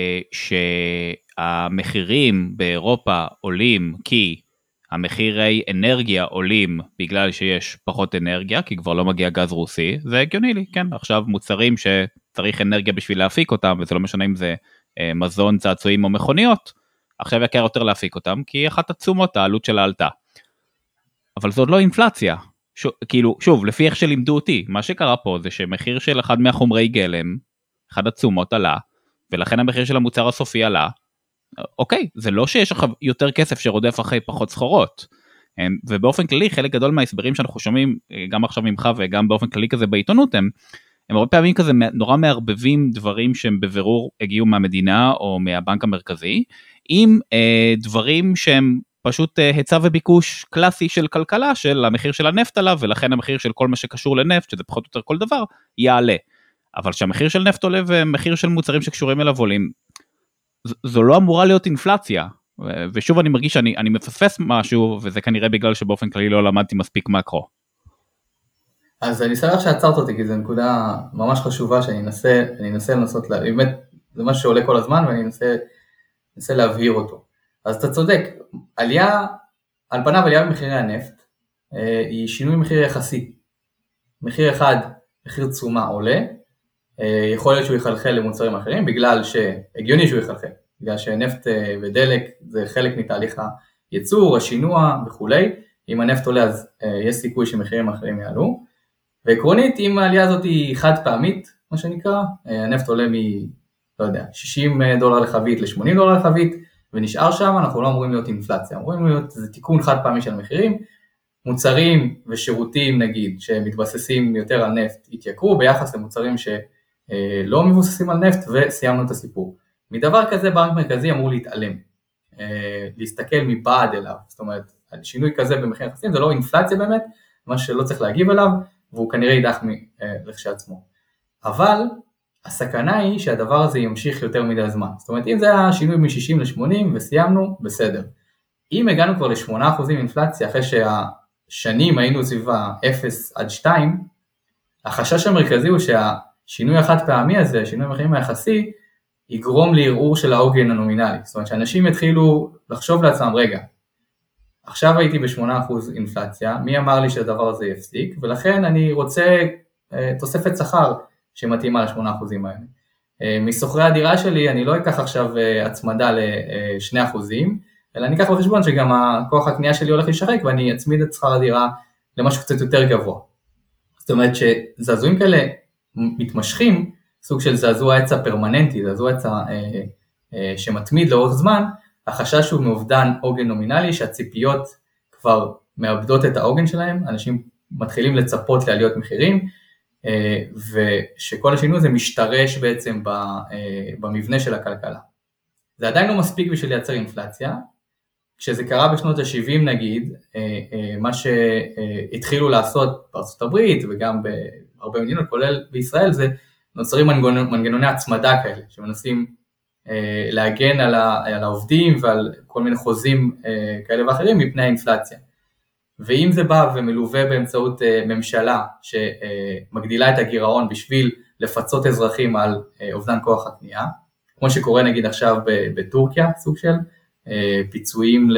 שהמחירים באירופה עולים כי המחירי אנרגיה עולים בגלל שיש פחות אנרגיה, כי כבר לא מגיע גז רוסי, זה הגיוני לי, כן, עכשיו מוצרים שצריך אנרגיה בשביל להפיק אותם, וזה לא משנה אם זה מזון, צעצועים או מכוניות, עכשיו יקר יותר להפיק אותם, כי אחת התשומות העלות שלה עלתה. אבל זו עוד לא אינפלציה, ש... כאילו, שוב, לפי איך שלימדו אותי, מה שקרה פה זה שמחיר של אחד מהחומרי גלם, אחד התשומות עלה, ולכן המחיר של המוצר הסופי עלה, אוקיי, זה לא שיש עכשיו יותר כסף שרודף אחרי פחות סחורות, ובאופן כללי חלק גדול מההסברים שאנחנו שומעים, גם עכשיו ממך וגם באופן כללי כזה בעיתונות, הם, הם הרבה פעמים כזה נורא מערבבים דברים שהם בבירור הגיעו מהמדינה או מהבנק המרכזי, עם אה, דברים שהם פשוט אה, היצע וביקוש קלאסי של כלכלה, של המחיר של הנפט עליו, ולכן המחיר של כל מה שקשור לנפט, שזה פחות או יותר כל דבר, יעלה. אבל שהמחיר של נפט עולה ומחיר של מוצרים שקשורים אליו עולים, זו לא אמורה להיות אינפלציה, ושוב אני מרגיש שאני אני מפספס משהו, וזה כנראה בגלל שבאופן כללי לא למדתי מספיק מקרו. אז אני שמח שעצרת אותי, כי זו נקודה ממש חשובה שאני אנסה, אני אנסה לנסות, לה, באמת זה משהו שעולה כל הזמן, ואני אנסה, אנסה להבהיר אותו. אז אתה צודק, עלייה, על פניו עלייה במחירי הנפט, היא שינוי מחיר יחסי. מחיר אחד, מחיר תשומה עולה, יכול להיות שהוא יחלחל למוצרים אחרים, בגלל שהגיוני שהוא יחלחל, בגלל שנפט ודלק זה חלק מתהליך הייצור, השינוע וכולי, אם הנפט עולה אז יש סיכוי שמחירים אחרים יעלו, ועקרונית אם העלייה הזאת היא חד פעמית, מה שנקרא, הנפט עולה מ, לא יודע, שישים דולר לחבית ל-שמונים דולר לחבית, ונשאר שם, אנחנו לא אמורים להיות אינפלציה, אמורים להיות, זה תיקון חד פעמי של המחירים, מוצרים ושירותים נגיד, שמתבססים יותר על נפט, התייקרו ביחס למוצרים ש לא מבוססים על נפט, וסיימנו את הסיפור. מדבר כזה בנק מרכזי אמור להתעלם, להסתכל מבעד אליו, זאת אומרת, שינוי כזה במחיר יחסים, זה לא אינפלציה באמת, מה שלא צריך להגיב אליו, והוא כנראה יידח לכשעצמו. אבל הסכנה היא שהדבר הזה ימשיך יותר מדי זמן, זאת אומרת, אם זה היה שינוי מ-שישים ל-שמונים וסיימנו, בסדר. אם הגענו כבר ל-שמונה אחוז אינפלציה, אחרי שהשנים היינו סביבה אפס עד שתיים, החשש המרכזי הוא שה שינוי החד פעמי הזה, שינוי המחירים היחסי, יגרום לערעור של העוגן הנומינלי. זאת אומרת, שאנשים יתחילו לחשוב לעצמם, רגע, עכשיו הייתי ב-שמונה אחוז אינפלציה, מי אמר לי שהדבר הזה יפסיק, ולכן אני רוצה אה, תוספת שכר שמתאימה ל-שמונה אחוזים האלה. אה, מסוחרי הדירה שלי, אני לא אקח עכשיו אה, הצמדה ל-שני אחוזים, אלא אני אקח בחשבון שגם הכוח הקנייה שלי הולך להישחק, ואני אצמיד את שכר הדירה למשהו קצת יותר גבוה. זאת אומרת שזעזועים כאלה, מתמשכים, סוג של זעזוע עצה פרמננטי, זעזוע עצה אה, אה, שמתמיד לאורך זמן, החשש הוא מאובדן עוגן נומינלי, שהציפיות כבר מאבדות את העוגן שלהם, אנשים מתחילים לצפות לעליות מחירים, אה, ושכל השינוי הזה משתרש בעצם ב, אה, במבנה של הכלכלה. זה עדיין לא מספיק בשביל לייצר אינפלציה, כשזה קרה בשנות ה-שבעים נגיד, אה, אה, מה שהתחילו לעשות בארצות הברית וגם ב... הרבה מדינות, כולל בישראל, זה נוצרים מנגנוני, מנגנוני הצמדה כאלה, שמנסים אה, להגן על, ה, על העובדים ועל כל מיני חוזים אה, כאלה ואחרים מפני האינפלציה. ואם זה בא ומלווה באמצעות אה, ממשלה שמגדילה את הגירעון בשביל לפצות אזרחים על אה, אובדן כוח הקנייה, כמו שקורה נגיד עכשיו בטורקיה, סוג של אה, פיצויים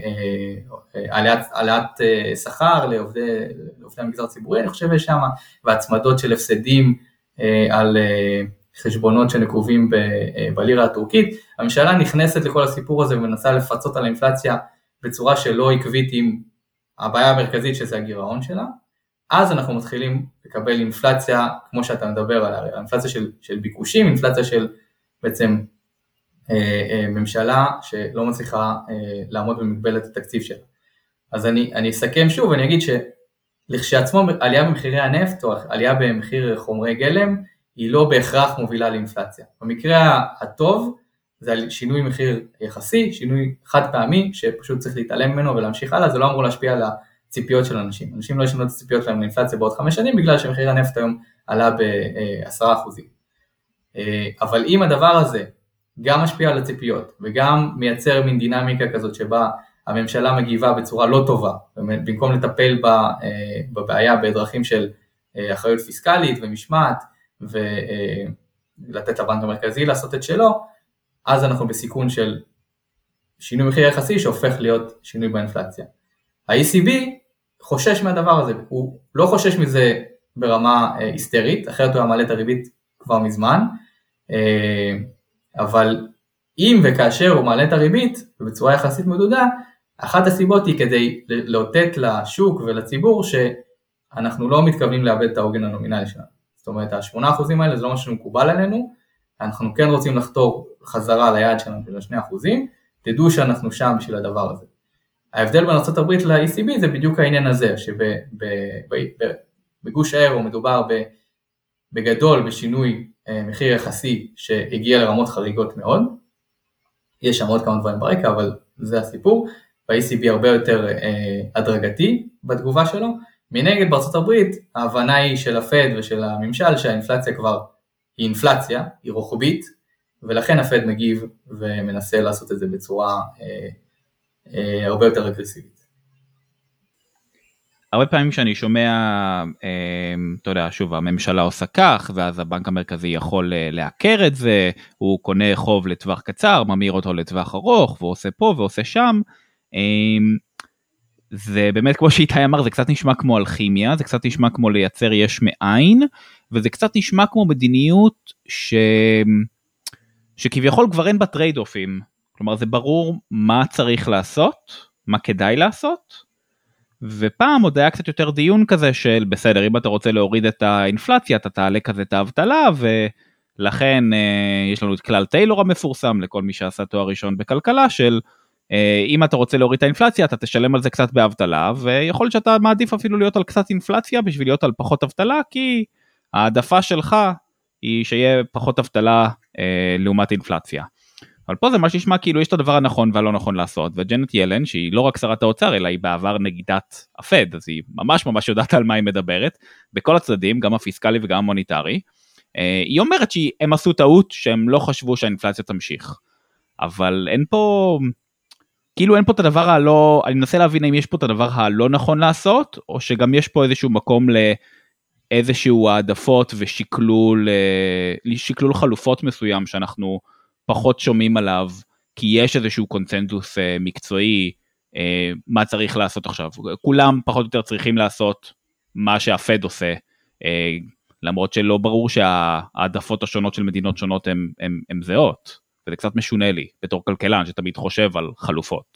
לעליית אה, שכר לעובדי, לעובדי המגזר הציבורי, אני חושב יש שם, והצמדות של הפסדים אה, על אה, חשבונות שנקובים ב, אה, בלירה הטורקית, הממשלה נכנסת לכל הסיפור הזה ומנסה לפצות על האינפלציה בצורה שלא עקבית עם הבעיה המרכזית שזה הגירעון שלה, אז אנחנו מתחילים לקבל אינפלציה, כמו שאתה מדבר עליה, אינפלציה של, של ביקושים, אינפלציה של בעצם אה, אה, ממשלה שלא מצליחה אה, לעמוד במגבלת התקציב שלה. אז אני, אני אסכם שוב, ואני אגיד שלכשעצמו עלייה במחירי הנפט, או עלייה במחיר חומרי גלם, היא לא בהכרח מובילה לאינפלציה. במקרה הטוב, זה על שינוי מחיר יחסי, שינוי חד פעמי, שפשוט צריך להתעלם ממנו ולהמשיך הלאה, זה לא אמור להשפיע על הציפיות של אנשים. אנשים לא ישנו את הציפיות שלהם לאינפלציה בעוד חמש שנים, בגלל שמחיר הנפט היום עלה ב-עשרה אחוזים. אבל אם הדבר הזה גם משפיע על הציפיות, וגם מייצר מין דינמיקה כזאת שבה הממשלה מגיבה בצורה לא טובה, במקום לטפל בבעיה בדרכים של אחריות פיסקלית ומשמעת, ולתת לבנק המרכזי לעשות את שלו, אז אנחנו בסיכון של שינוי מחיר יחסי שהופך להיות שינוי באינפלציה. ה-E C B חושש מהדבר הזה, הוא לא חושש מזה ברמה היסטרית, אחרת הוא היה מעלה את הריבית כבר מזמן, אבל אם וכאשר הוא מעלה את הריבית בצורה יחסית מדודה, אחת הסיבות היא כדי לאותת לשוק ולציבור שאנחנו לא מתכוונים לאבד את העוגן הנומינלי שלנו. זאת אומרת, ה-שמונה אחוזים האלה זה לא משהו שמקובל עלינו, אנחנו כן רוצים לחתור חזרה ליעד שלנו של שני אחוזים, תדעו שאנחנו שם בשביל הדבר הזה. ההבדל בין ארצות הברית ל-E C B זה בדיוק העניין הזה, שבגוש האירו מדובר בגדול בשינוי מחיר יחסי שהגיע לרמות חריגות מאוד, יש שם עוד כמה דברים ברקע, אבל זה הסיפור, ב-E C B הרבה יותר הדרגתי בתגובה שלו, מנגד בארצות הברית ההבנה היא של הפד ושל הממשל שהאינפלציה כבר היא אינפלציה, היא רוחבית, ולכן הפד מגיב ומנסה לעשות את זה בצורה אה, אה, הרבה יותר אגרסיבית. הרבה פעמים שאני שומע, אה, אתה יודע, שוב, הממשלה עושה כך, ואז הבנק המרכזי יכול לעקר את זה, הוא קונה חוב לטווח קצר, ממיר אותו לטווח ארוך, ועושה פה ועושה שם, אה, זה באמת כמו שאיתי אמר, זה קצת נשמע כמו אלכימיה, זה קצת נשמע כמו לייצר יש מאין, וזה קצת נשמע כמו מדיניות ש... שכביכול כבר אין בה טרייד אופים, כלומר זה ברור מה צריך לעשות, מה כדאי לעשות, ופעם עוד היה קצת יותר דיון כזה של בסדר, אם אתה רוצה להוריד את האינפלציה, אתה תעלה כזה את האבטלה, ולכן אה, יש לנו את כלל טיילור המפורסם, לכל מי שעשה תואר ראשון בכלכלה, של אה, אם אתה רוצה להוריד את האינפלציה, אתה תשלם על זה קצת באבטלה, ויכול להיות שאתה מעדיף אפילו להיות על קצת אינפלציה, בשביל להיות על פחות אבטלה, כי העדפה שלך היא שיהיה פחות אבטלה אה, לעומת אינפלציה. אבל פה זה מה שישמע כאילו יש את הדבר הנכון והלא נכון לעשות, וג'נט ילן, שהיא לא רק שרת האוצר, אלא היא בעבר נגידת הפד, אז היא ממש ממש יודעת על מה היא מדברת, בכל הצדדים, גם הפיסקלי וגם המוניטרי, אה, היא אומרת שהם עשו טעות, שהם לא חשבו שהאינפלציה תמשיך, אבל אין פה, כאילו אין פה את הדבר הלא, אני מנסה להבין אם יש פה את הדבר הלא נכון לעשות, או שגם יש פה איזשהו מקום ל... איזשהו העדפות ושקלול, שקלול חלופות מסוים שאנחנו פחות שומעים עליו, כי יש איזשהו קונצנזוס מקצועי, מה צריך לעשות עכשיו. כולם פחות או יותר צריכים לעשות מה שהפד עושה, למרות שלא ברור שהעדפות השונות של מדינות שונות הן זהות, וזה קצת משונה לי, בתור כלכלן שתמיד חושב על חלופות.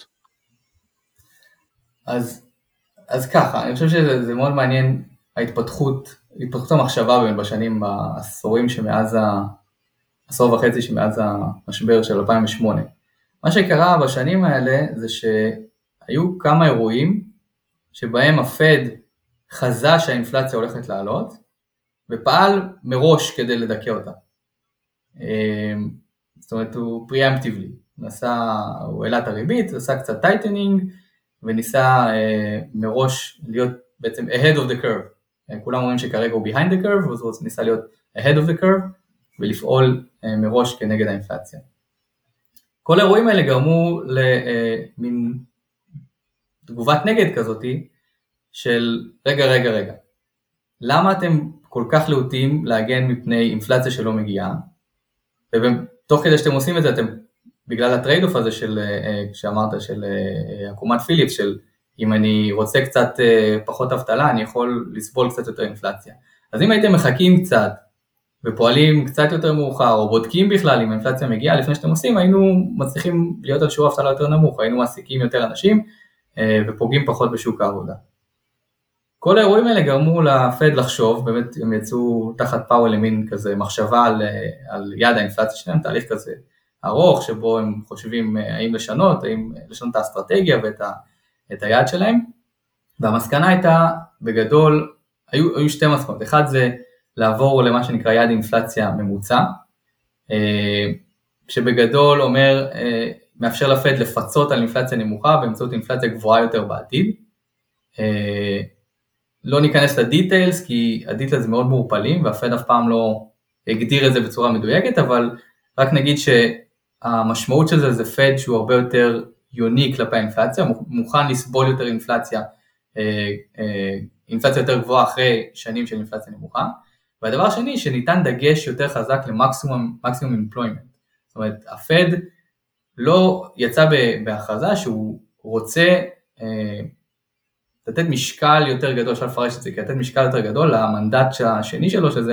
אז, אז ככה, אני חושב שזה מאוד מעניין, ההתפתחות, התפתחות המחשבה בשנים, בעשורים שמאז, העשור וחצי שמאז המשבר של אלפיים ושמונה. מה שקרה בשנים האלה זה שהיו כמה אירועים שבהם הפד חזה שהאינפלציה הולכת לעלות, ופעל מראש כדי לדכא אותה. זאת אומרת, הוא פריאמפטיבלי, נסע, הוא העלה את הריבית, עשה קצת טייטנינג, וניסה מראש להיות בעצם ahead of the curve. כולם אומרים שכרגע הוא behind the curve, אז הוא ניסה להיות ahead of the curve, ולפעול מראש כנגד האינפלציה. כל האירועים האלה גרמו למין תגובת נגד כזאת, של רגע, רגע, רגע. למה אתם כל כך להוטים להגן מפני אינפלציה שלא מגיעה? ותוך כדי שאתם עושים את זה, אתם, בגלל הטרייד-אוף הזה של, שאמרת, של עקומת פיליפס, של אם אני רוצה קצת פחות אבטלה, אני יכול לסבול קצת יותר אינפלציה. אז אם הייתם מחכים קצת, ופועלים קצת יותר מאוחר, או בודקים בכלל אם האינפלציה מגיעה לפני שאתם עושים, היינו מצליחים להיות על שיעור אבטלה יותר נמוך, היינו מעסיקים יותר אנשים, ופוגעים פחות בשוק העבודה. כל האירועים האלה גרמו לפד לחשוב, באמת הם יצאו תחת פאוול למין כזה מחשבה על, על יעד האינפלציה שלהם, תהליך כזה ארוך, שבו הם חושבים האם לשנות, האם לשנות את האסטרטגיה ואת ה, את היעד שלהם, והמסקנה הייתה בגדול, היו, היו שתי מסקנות, אחד זה לעבור למה שנקרא יעד אינפלציה ממוצע, שבגדול אומר, מאפשר לפד לפצות על אינפלציה נמוכה באמצעות אינפלציה גבוהה יותר בעתיד. לא ניכנס לדיטיילס, כי הדיטיילס מאוד מעורפלים, והפד אף פעם לא הגדיר את זה בצורה מדויקת, אבל רק נגיד שהמשמעות של זה זה פד שהוא הרבה יותר יוניק כלפי האינפלציה, מוכן לסבול יותר אינפלציה, אינפלציה יותר גבוהה אחרי שנים של אינפלציה נמוכה, והדבר השני שניתן דגש יותר חזק למקסימום אמפלוימנט, זאת אומרת הפד לא יצא בהכרזה שהוא רוצה לתת משקל יותר גדול, אפשר לפרש את זה, כי לתת משקל יותר גדול למנדט השני שלו, שזה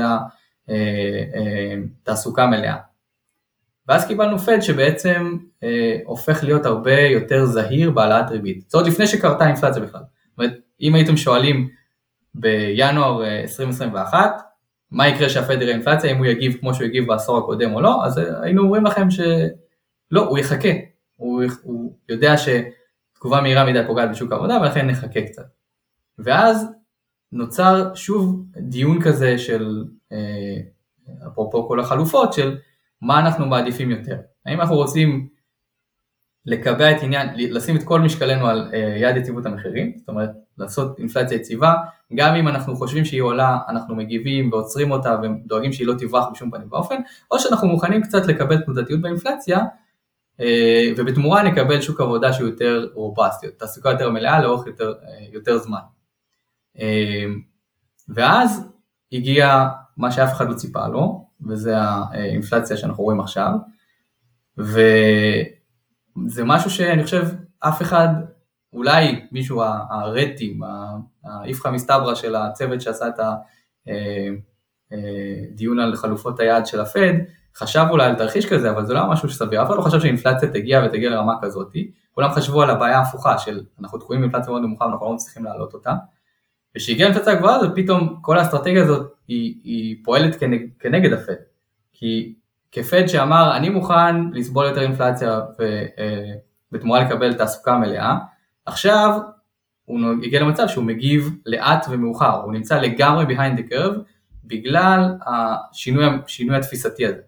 התעסוקה מלאה. ואז קיבלנו פד שבעצם אה, הופך להיות הרבה יותר זהיר בהעלאת ריבית. זה עוד לפני שקרתה אינפלציה בכלל. זאת אומרת, אם הייתם שואלים בינואר עשרים עשרים ואחת, מה יקרה שהפד יראה אינפלציה, אם הוא יגיב כמו שהוא יגיב בעשור הקודם או לא, אז היינו אומרים לכם שלא, הוא יחכה. הוא, הוא יודע שתגובה מהירה מדי פוגעת בשוק העבודה, ולכן נחכה קצת. ואז נוצר שוב דיון כזה של, אה, אפרופו כל החלופות של, מה אנחנו מעדיפים יותר? האם אנחנו רוצים לקבע את עניין, לשים את כל משקלנו על יעד יציבות המחירים, זאת אומרת, לעשות אינפלציה יציבה, גם אם אנחנו חושבים שהיא עולה, אנחנו מגיבים ועוצרים אותה ודואגים שהיא לא תברח בשום פנים ואופן, או שאנחנו מוכנים קצת לקבל תנודתיות באינפלציה, ובתמורה נקבל שוק עבודה שהוא יותר רובסט, תעסוקה יותר מלאה לאורך יותר, יותר זמן. ואז הגיע מה שאף אחד לא ציפה לו, וזה האינפלציה שאנחנו רואים עכשיו, וזה משהו שאני חושב אף אחד, אולי מישהו הרטים, האיפכא מסתברא של הצוות שעשה את הדיון על חלופות היעד של הפד, חשב אולי על תרחיש כזה, אבל זה לא משהו שסביר, אף אחד לא חשב שאינפלציה תגיע ותגיע לרמה כזאת, כולם חשבו על הבעיה ההפוכה של אנחנו תקועים באינפלציה מאוד נמוכה ואנחנו לא מצליחים להעלות אותה, ושהגיעה אינפלציה גבוהה, ופתאום כל האסטרטגיה הזאת היא, היא פועלת כנג, כנגד הפד. כי כפד שאמר, אני מוכן לסבול יותר אינפלציה ובתמורה לקבל תעסוקה מלאה, עכשיו הוא הגיע למצב שהוא מגיב לאט ומאוחר, הוא נמצא לגמרי behind the curve, בגלל השינוי, השינוי התפיסתי הזה.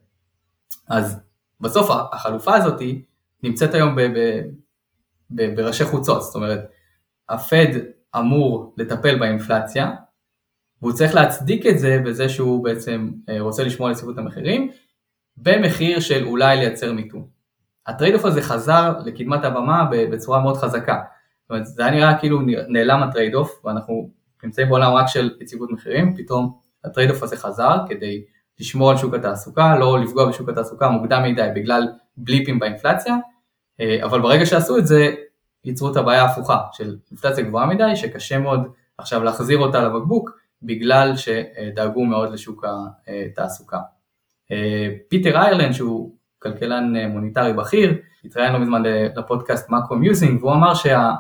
אז בסוף החלופה הזאת נמצאת היום ב, ב, ב, בראשי חוצות, זאת אומרת, הפד אמור לטפל באינפלציה, והוא צריך להצדיק את זה בזה שהוא בעצם רוצה לשמור על יציבות המחירים, במחיר של אולי לייצר מיתון. הטרייד-אוף הזה חזר לקדמת הבמה בצורה מאוד חזקה. זאת אומרת, זה היה נראה כאילו נעלם הטרייד-אוף, ואנחנו נמצאים בעולם רק של יציבות מחירים, פתאום הטרייד-אוף הזה חזר כדי לשמור על שוק התעסוקה, לא לפגוע בשוק התעסוקה מוקדם מדי בגלל בליפים באינפלציה, אבל ברגע שעשו את זה, ייצרו את הבעיה ההפוכה של אינפלציה גבוהה מדי, שקשה מאוד עכשיו להחזיר אותה לבקבוק, בגלל שדאגו מאוד לשוק התעסוקה. פיטר איירלנד, שהוא כלכלן מוניטרי בכיר, התראיין לא מזמן לפודקאסט מקרו-מיוזינג, והוא אמר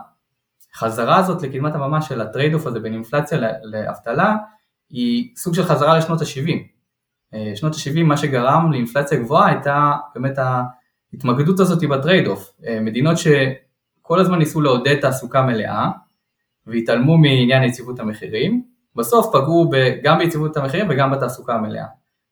שהחזרה הזאת לקדמת הבמה של הטרייד-אוף הזה בין אינפלציה לאבטלה, היא סוג של חזרה לשנות ה-שבעים. שנות ה-שבעים, מה שגרם לאינפלציה גבוהה, הייתה באמת ההתמקדות הזאת בטרייד-אוף. מדינות שכל הזמן ניסו לעודד תעסוקה מלאה, והתעלמו מעניין יציבות המחירים, בסוף פגעו גם ביציבות המחירים וגם בתעסוקה המלאה.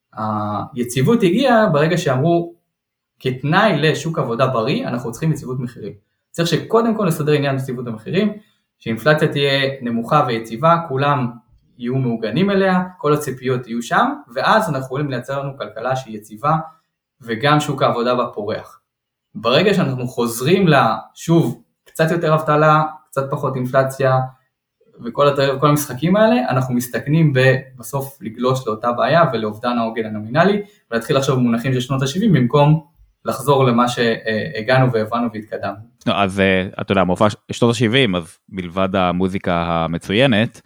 היציבות הגיעה ברגע שאמרו, כתנאי לשוק עבודה בריא, אנחנו צריכים יציבות מחירים. צריך שקודם כל נסדר עניין יציבות המחירים, שאינפלציה תהיה נמוכה ויציבה, כולם יהיו מעוגנים אליה, כל הציפיות יהיו שם, ואז אנחנו יכולים לייצר לנו כלכלה שהיא יציבה, וגם שוק העבודה בה פורח. ברגע שאנחנו חוזרים לה, שוב, קצת יותר אבטלה, קצת פחות אינפלציה, וכל התרב, כל המשחקים האלה, אנחנו מסתכנים בסוף לגלוש לאותה בעיה, ולאובדן העוגן הנומינלי, ולהתחיל לחשוב במונחים של שנות ה-שבעים, במקום לחזור למה שהגענו והבנו והתקדמנו. אז אתה יודע, מופע שנות ה-שבעים, אז מלבד המוזיקה המצוינת,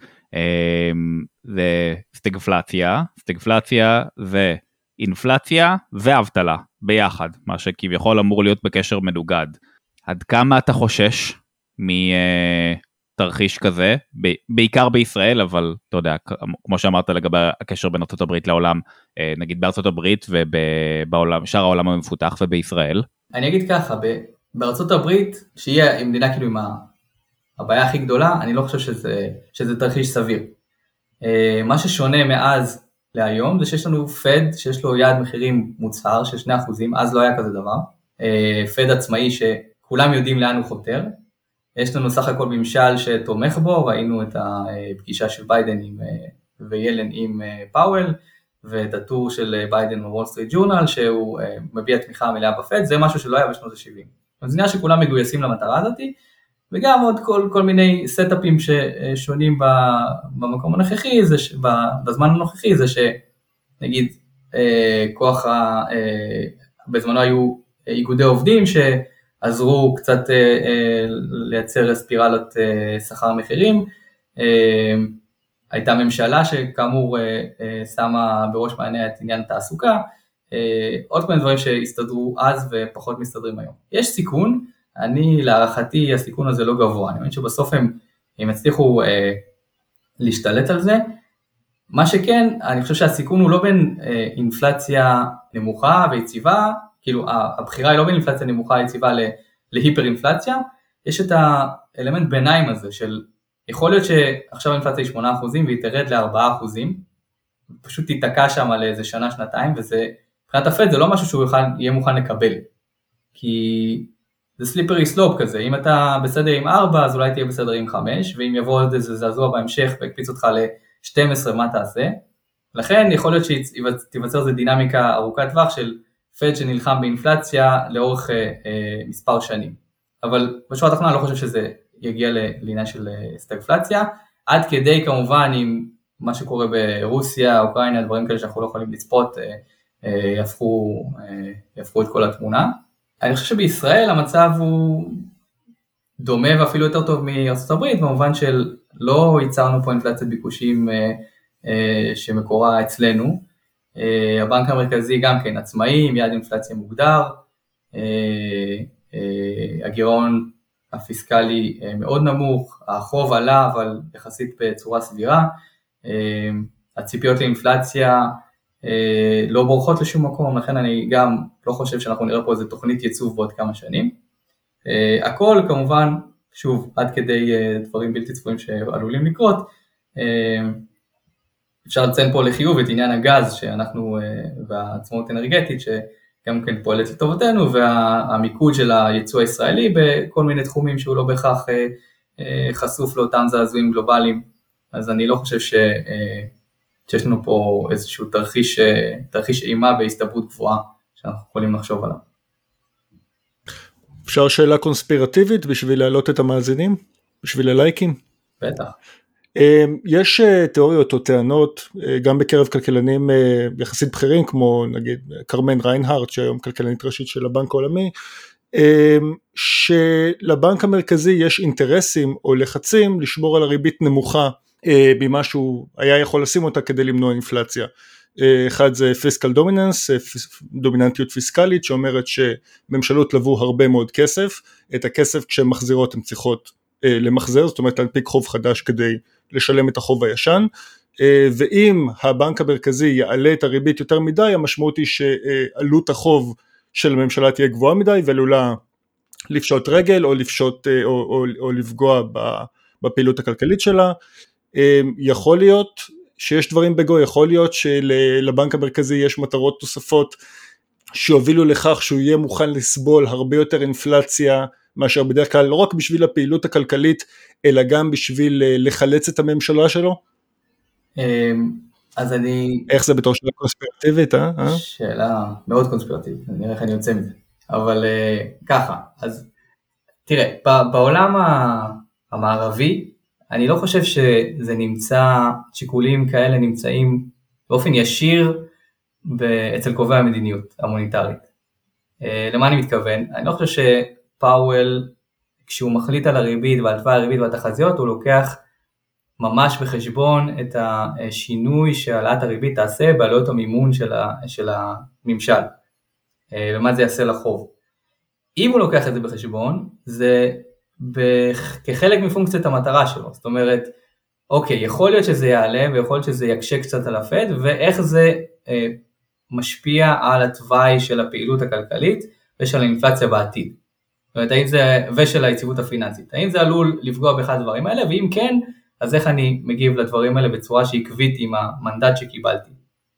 זה סטגפלציה, סטגפלציה זה אינפלציה ואבטלה ביחד, מה שכביכול אמור להיות בקשר מנוגד. עד כמה אתה חושש מתרחיש כזה, בעיקר בישראל, אבל אתה יודע, כמו שאמרת לגבי הקשר בין ארצות הברית לעולם, נגיד בארצות הברית ובשאר העולם המפותח ובישראל? אני אגיד ככה, בארצות הברית, שהיא מדינה כאילו עם הבעיה הכי גדולה, אני לא חושב שזה, שזה תרחיש סביר. מה ששונה מאז להיום, זה שיש לנו פד שיש לו יעד מחירים מוצהר של שני אחוזים, אז לא היה כזה דבר, פד עצמאי שכולם יודעים לאן הוא חותר, יש לנו סך הכל ממשל שתומך בו, ראינו את הפגישה של ביידן עם, וילן עם פאוול, ואת הטור של ביידן בוול סטריט ג'ורנל, שהוא מביע תמיכה מלאה בפד, זה משהו שלא היה בשנות ה-שבעים. אז נראה שכולם מגויסים למטרה הזאת, וגם עוד כל, כל מיני סטאפים ששונים במקום הנוכחי, זה ש, בזמן הנוכחי, זה שנגיד כוח, בזמנו היו איגודי עובדים שעזרו קצת לייצר ספירלות שכר מחירים, הייתה ממשלה שכאמור שמה בראש מענה את עניין התעסוקה, עוד כל מיני דברים שהסתדרו אז ופחות מסתדרים היום. יש סיכון, אני להערכתי הסיכון הזה לא גבוה, אני מבין שבסוף הם, הם הצליחו אה, להשתלט על זה, מה שכן, אני חושב שהסיכון הוא לא בין אה, אינפלציה נמוכה ויציבה, כאילו הבחירה היא לא בין אינפלציה נמוכה יציבה להיפר אינפלציה, יש את האלמנט ביניים הזה של, יכול להיות שעכשיו האינפלציה היא שמונה אחוזים והיא תרד ל-ארבעה אחוזים, פשוט תיתקע שם על איזה שנה, שנתיים, וזה, מבחינת הפד זה לא משהו שהוא יהיה מוכן לקבל, כי זה סליפרי סלופ כזה, אם אתה בסדר עם ארבע, אז אולי תהיה בסדר עם חמש, ואם יבוא עוד איזה זעזוע בהמשך ויקפיץ אותך ל-שתים עשרה, מה תעשה? לכן יכול להיות שתיווצר איזו דינמיקה ארוכת טווח של פד שנלחם באינפלציה לאורך אה, אה, מספר שנים. אבל בשורה התחתונה אני לא חושב שזה יגיע לעניין של סטגפלציה, עד כדי כמובן עם מה שקורה ברוסיה, אוקראינה, דברים כאלה שאנחנו לא יכולים לצפות, אה, אה, יהפכו, אה, יהפכו את כל התמונה. אני חושב שבישראל המצב הוא דומה ואפילו יותר טוב מארצות הברית, במובן של לא ייצרנו פה אינפלציית ביקושים אה, אה, שמקורה אצלנו, אה, הבנק המרכזי גם כן עצמאי, עם יעד אינפלציה מוגדר, אה, אה, הגירעון הפיסקלי אה, מאוד נמוך, החוב עלה אבל יחסית בצורה סבירה, אה, הציפיות לאינפלציה, לא בורחות לשום מקום, לכן אני גם לא חושב שאנחנו נראה פה איזה תוכנית ייצוב בעוד כמה שנים. הכל כמובן, שוב, עד כדי דברים בלתי צפויים שעלולים לקרות, אפשר לציין פה לחיוב את עניין הגז, שאנחנו, והעצמאות אנרגטית, שגם כן פועלת לטובתנו, והמיקוד של הייצוא הישראלי בכל מיני תחומים שהוא לא בהכרח חשוף לאותם זעזועים גלובליים, אז אני לא חושב ש... שיש לנו פה איזשהו תרחיש, תרחיש אימה בהסתברות גבוהה שאנחנו יכולים לחשוב עליו. אפשר שאלה קונספירטיבית בשביל להעלות את המאזינים? בשביל הלייקים? בטח. יש תיאוריות או טענות, גם בקרב כלכלנים יחסית בכירים, כמו נגיד קרמן ריינהארט, שהיום כלכלנית ראשית של הבנק העולמי, שלבנק המרכזי יש אינטרסים או לחצים לשמור על הריבית נמוכה, במה שהוא היה יכול לשים אותה כדי למנוע אינפלציה. אחד זה פיסקל דומיננס, דומיננטיות פיסקלית, שאומרת שממשלות לבו הרבה מאוד כסף, את הכסף כשהן מחזירות הן צריכות למחזר, זאת אומרת להנפיק חוב חדש כדי לשלם את החוב הישן, ואם הבנק המרכזי יעלה את הריבית יותר מדי, המשמעות היא שעלות החוב של הממשלה תהיה גבוהה מדי, ועלולה לפשוט רגל או לפשוט או, או, או לפגוע בפעילות הכלכלית שלה. יכול להיות שיש דברים בגו, יכול להיות שלבנק המרכזי יש מטרות תוספות שיובילו לכך שהוא יהיה מוכן לסבול הרבה יותר אינפלציה מאשר בדרך כלל, לא רק בשביל הפעילות הכלכלית, אלא גם בשביל לחלץ את הממשלה שלו? אז אני... איך זה בתור שאלה קונספירטיבית, אה? שאלה מאוד קונספירטיבית, אני נראה איך אני יוצא מזה. אבל ככה, אז תראה, בעולם המערבי, אני לא חושב שזה נמצא, שיקולים כאלה נמצאים באופן ישיר אצל קובעי המדיניות המוניטרית. למה אני מתכוון? אני לא חושב שפאוול, כשהוא מחליט על הריבית ועל תוואי הריבית והתחזיות, הוא לוקח ממש בחשבון את השינוי שהעלאת הריבית תעשה בעלויות המימון של, ה, של הממשל, ומה זה יעשה לחוב. אם הוא לוקח את זה בחשבון, זה כחלק מפונקציית המטרה שלו, זאת אומרת, אוקיי, יכול להיות שזה יעלה, ויכול להיות שזה יקשה קצת על הפד, ואיך זה אה, משפיע על התוואי של הפעילות הכלכלית, ושל האינפלציה בעתיד. זאת אומרת, האם זה, ושל היציבות הפיננסית. האם זה עלול לפגוע באחד הדברים האלה, ואם כן, אז איך אני מגיב לדברים האלה בצורה שעקבית עם המנדט שקיבלתי.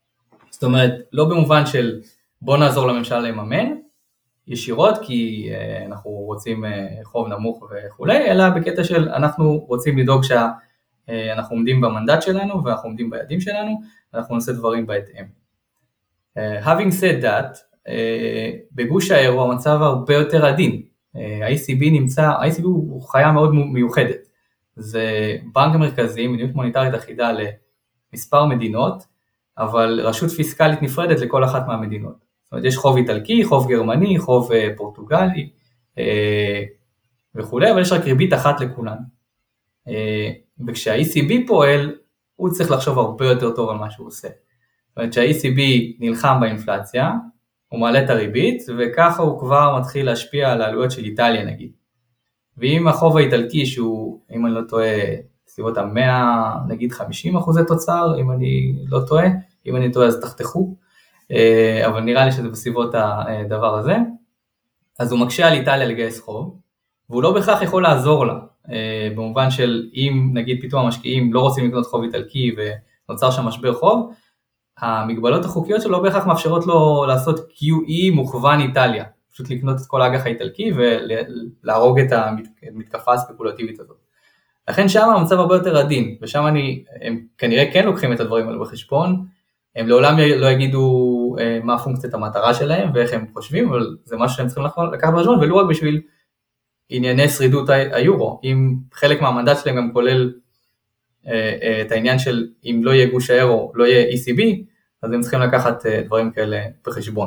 זאת אומרת, לא במובן של בוא נעזור לממשלה לממן ישירות, כי uh, אנחנו רוצים uh, חוב נמוך וכולי, אלא בקטע של אנחנו רוצים לדאוג שאנחנו uh, עומדים במנדט שלנו, ואנחנו עומדים ביעדים שלנו, ואנחנו נעשה דברים בהתאם. Uh, having said that, uh, בגוש האירו המצב הרבה יותר עדין. ה-E C B נמצא, ה-E C B הוא חיה מאוד מיוחדת. זה בנק מרכזי, מדיניות מוניטרית אחידה למספר מדינות, אבל רשות פיסקלית נפרדת לכל אחת מהמדינות. זאת אומרת, יש חוב איטלקי, חוב גרמני, חוב פורטוגלי וכו', אבל יש רק ריבית אחת לכולן. וכשה-E C B פועל, הוא צריך לחשוב הרבה יותר טוב על מה שהוא עושה. זאת אומרת, שה-E C B נלחם באינפלציה, הוא מעלה את הריבית, וככה הוא כבר מתחיל להשפיע על העלויות של איטליה נגיד. ואם החוב האיטלקי שהוא, אם אני לא טועה, סביבות ה-מאה, נגיד חמישים אחוזי תוצר, אם אני לא טועה, אם אני טועה אז תחתכו, אבל נראה לי שזה בסביבות הדבר הזה, אז הוא מקשה על איטליה לגייס חוב, והוא לא בכך יכול לעזור לה, במובן של אם נגיד פתאום המשקיעים לא רוצים לקנות חוב איטלקי ונוצר שם משבר חוב, המגבלות החוקיות שלו לא בהכרח מאפשרות לו לעשות Q E מוכוון איטליה, פשוט לקנות את כל האג"ח האיטלקי ולהרוג את המתקפה הספקולטיבית הזאת. לכן שם המצב הרבה יותר עדין, ושם אני, הם כנראה כן לוקחים את הדברים האלה בחשבון, הם לעולם לא יגידו מה פונקציית המטרה שלהם ואיך הם חושבים, אבל זה משהו שהם צריכים לקחת בחשבון, ולא רק בשביל ענייני שרידות היורו, אם חלק מהמנדט שלהם גם כולל את העניין של אם לא יהיה גוש האירו, לא יהיה E C B, אז הם צריכים לקחת דברים כאלה בחשבון.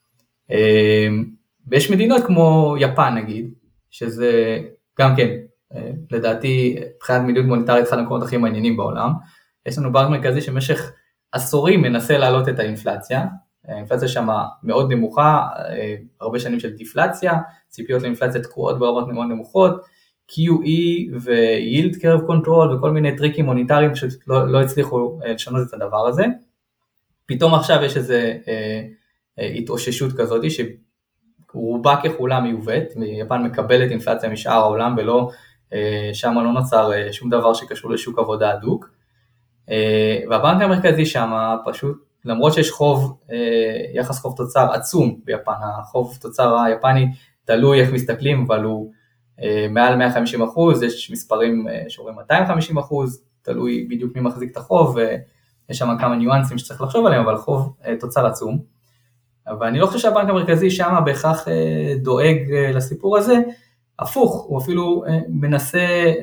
ויש מדינות כמו יפן נגיד, שזה גם כן, לדעתי, מבחינת מדיניות מוניטרית אחד המקומות הכי מעניינים בעולם, יש לנו בנק מרכזי שמשך עשורים מנסה להעלות את האינפלציה, האינפלציה שם מאוד נמוכה, הרבה שנים של דיפלציה, ציפיות לאינפלציה תקועות ברמות מאוד נמוכות, Q E ו-Yield Curve Control וכל מיני טריקים מוניטריים שלא לא הצליחו לשנות את הדבר הזה. פתאום עכשיו יש איזו אה, אה, התאוששות כזאת שרובה ככולה מיובאת, יפן מקבלת אינפלציה משאר העולם ולא, אה, שם לא נוצר אה, שום דבר שקשור לשוק עבודה הדוק. אה, והבנק המרכזי שם פשוט, למרות שיש חוב, אה, יחס חוב תוצר עצום ביפן, החוב תוצר היפני תלוי איך מסתכלים, אבל הוא מעל מאה וחמישים אחוז, יש מספרים שאומרים מאתיים וחמישים אחוז, תלוי בדיוק מי מחזיק את החוב, ויש שם כמה ניואנסים שצריך לחשוב עליהם, אבל חוב תוצר עצום. אבל אני לא חושב שהבנק המרכזי שם בהכרח דואג לסיפור הזה, הפוך, הוא אפילו מנסה,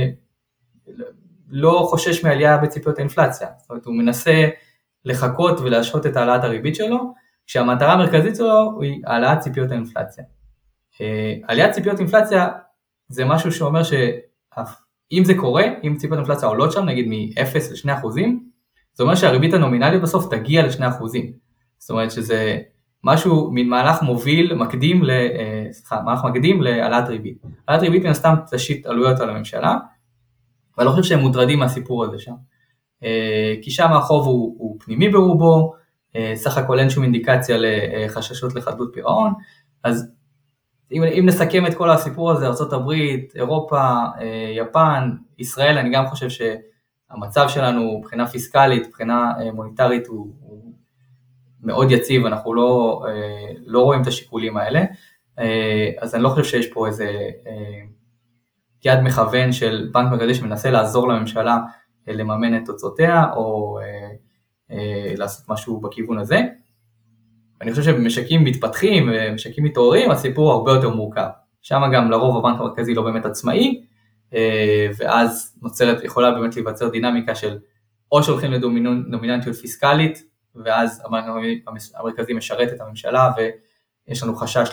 לא חושש מעלייה בציפיות האינפלציה, זאת אומרת, הוא מנסה לחכות ולהשהות את העלאת הריבית שלו, כשהמטרה המרכזית שלו היא העלאת ציפיות האינפלציה. עליית ציפיות אינפלציה זה משהו שאומר שאם זה קורה, אם ציפיות אינפלציה עולות שם, נגיד מ-אפס ל-שני אחוזים, זה אומר שהריבית הנומינלית בסוף תגיע ל-שני אחוזים. זאת אומרת שזה משהו, מין מהלך מוביל, מקדים, סליחה, מהלך מקדים להעלאת ריבית. העלאת ריבית מן הסתם תשית עלויות על הממשלה, ואני לא חושב שהם מוטרדים מהסיפור הזה שם. כי שם החוב הוא, הוא פנימי ברובו, סך הכל אין שום אינדיקציה לחששות לחדלות פירעון, אז אם, אם נסכם את כל הסיפור הזה, ארצות הברית, אירופה, יפן, ישראל, אני גם חושב שהמצב שלנו מבחינה פיסקלית, מבחינה מוניטרית הוא, הוא מאוד יציב, אנחנו לא, לא רואים את השיקולים האלה, אז אני לא חושב שיש פה איזה יד מכוון של בנק מרכזי שמנסה לעזור לממשלה לממן את תוצאותיה, או לעשות משהו בכיוון הזה. אני חושב שבמשקים מתפתחים ומשקים מתעוררים, הסיפור הרבה יותר מורכב. שם גם לרוב הבנק המרכזי לא באמת עצמאי, ואז נוצרת, יכולה באמת להיווצר דינמיקה של או שהולכים לדומיננטיות פיסקלית, ואז הבנק המרכזי משרת את הממשלה, ויש לנו חשש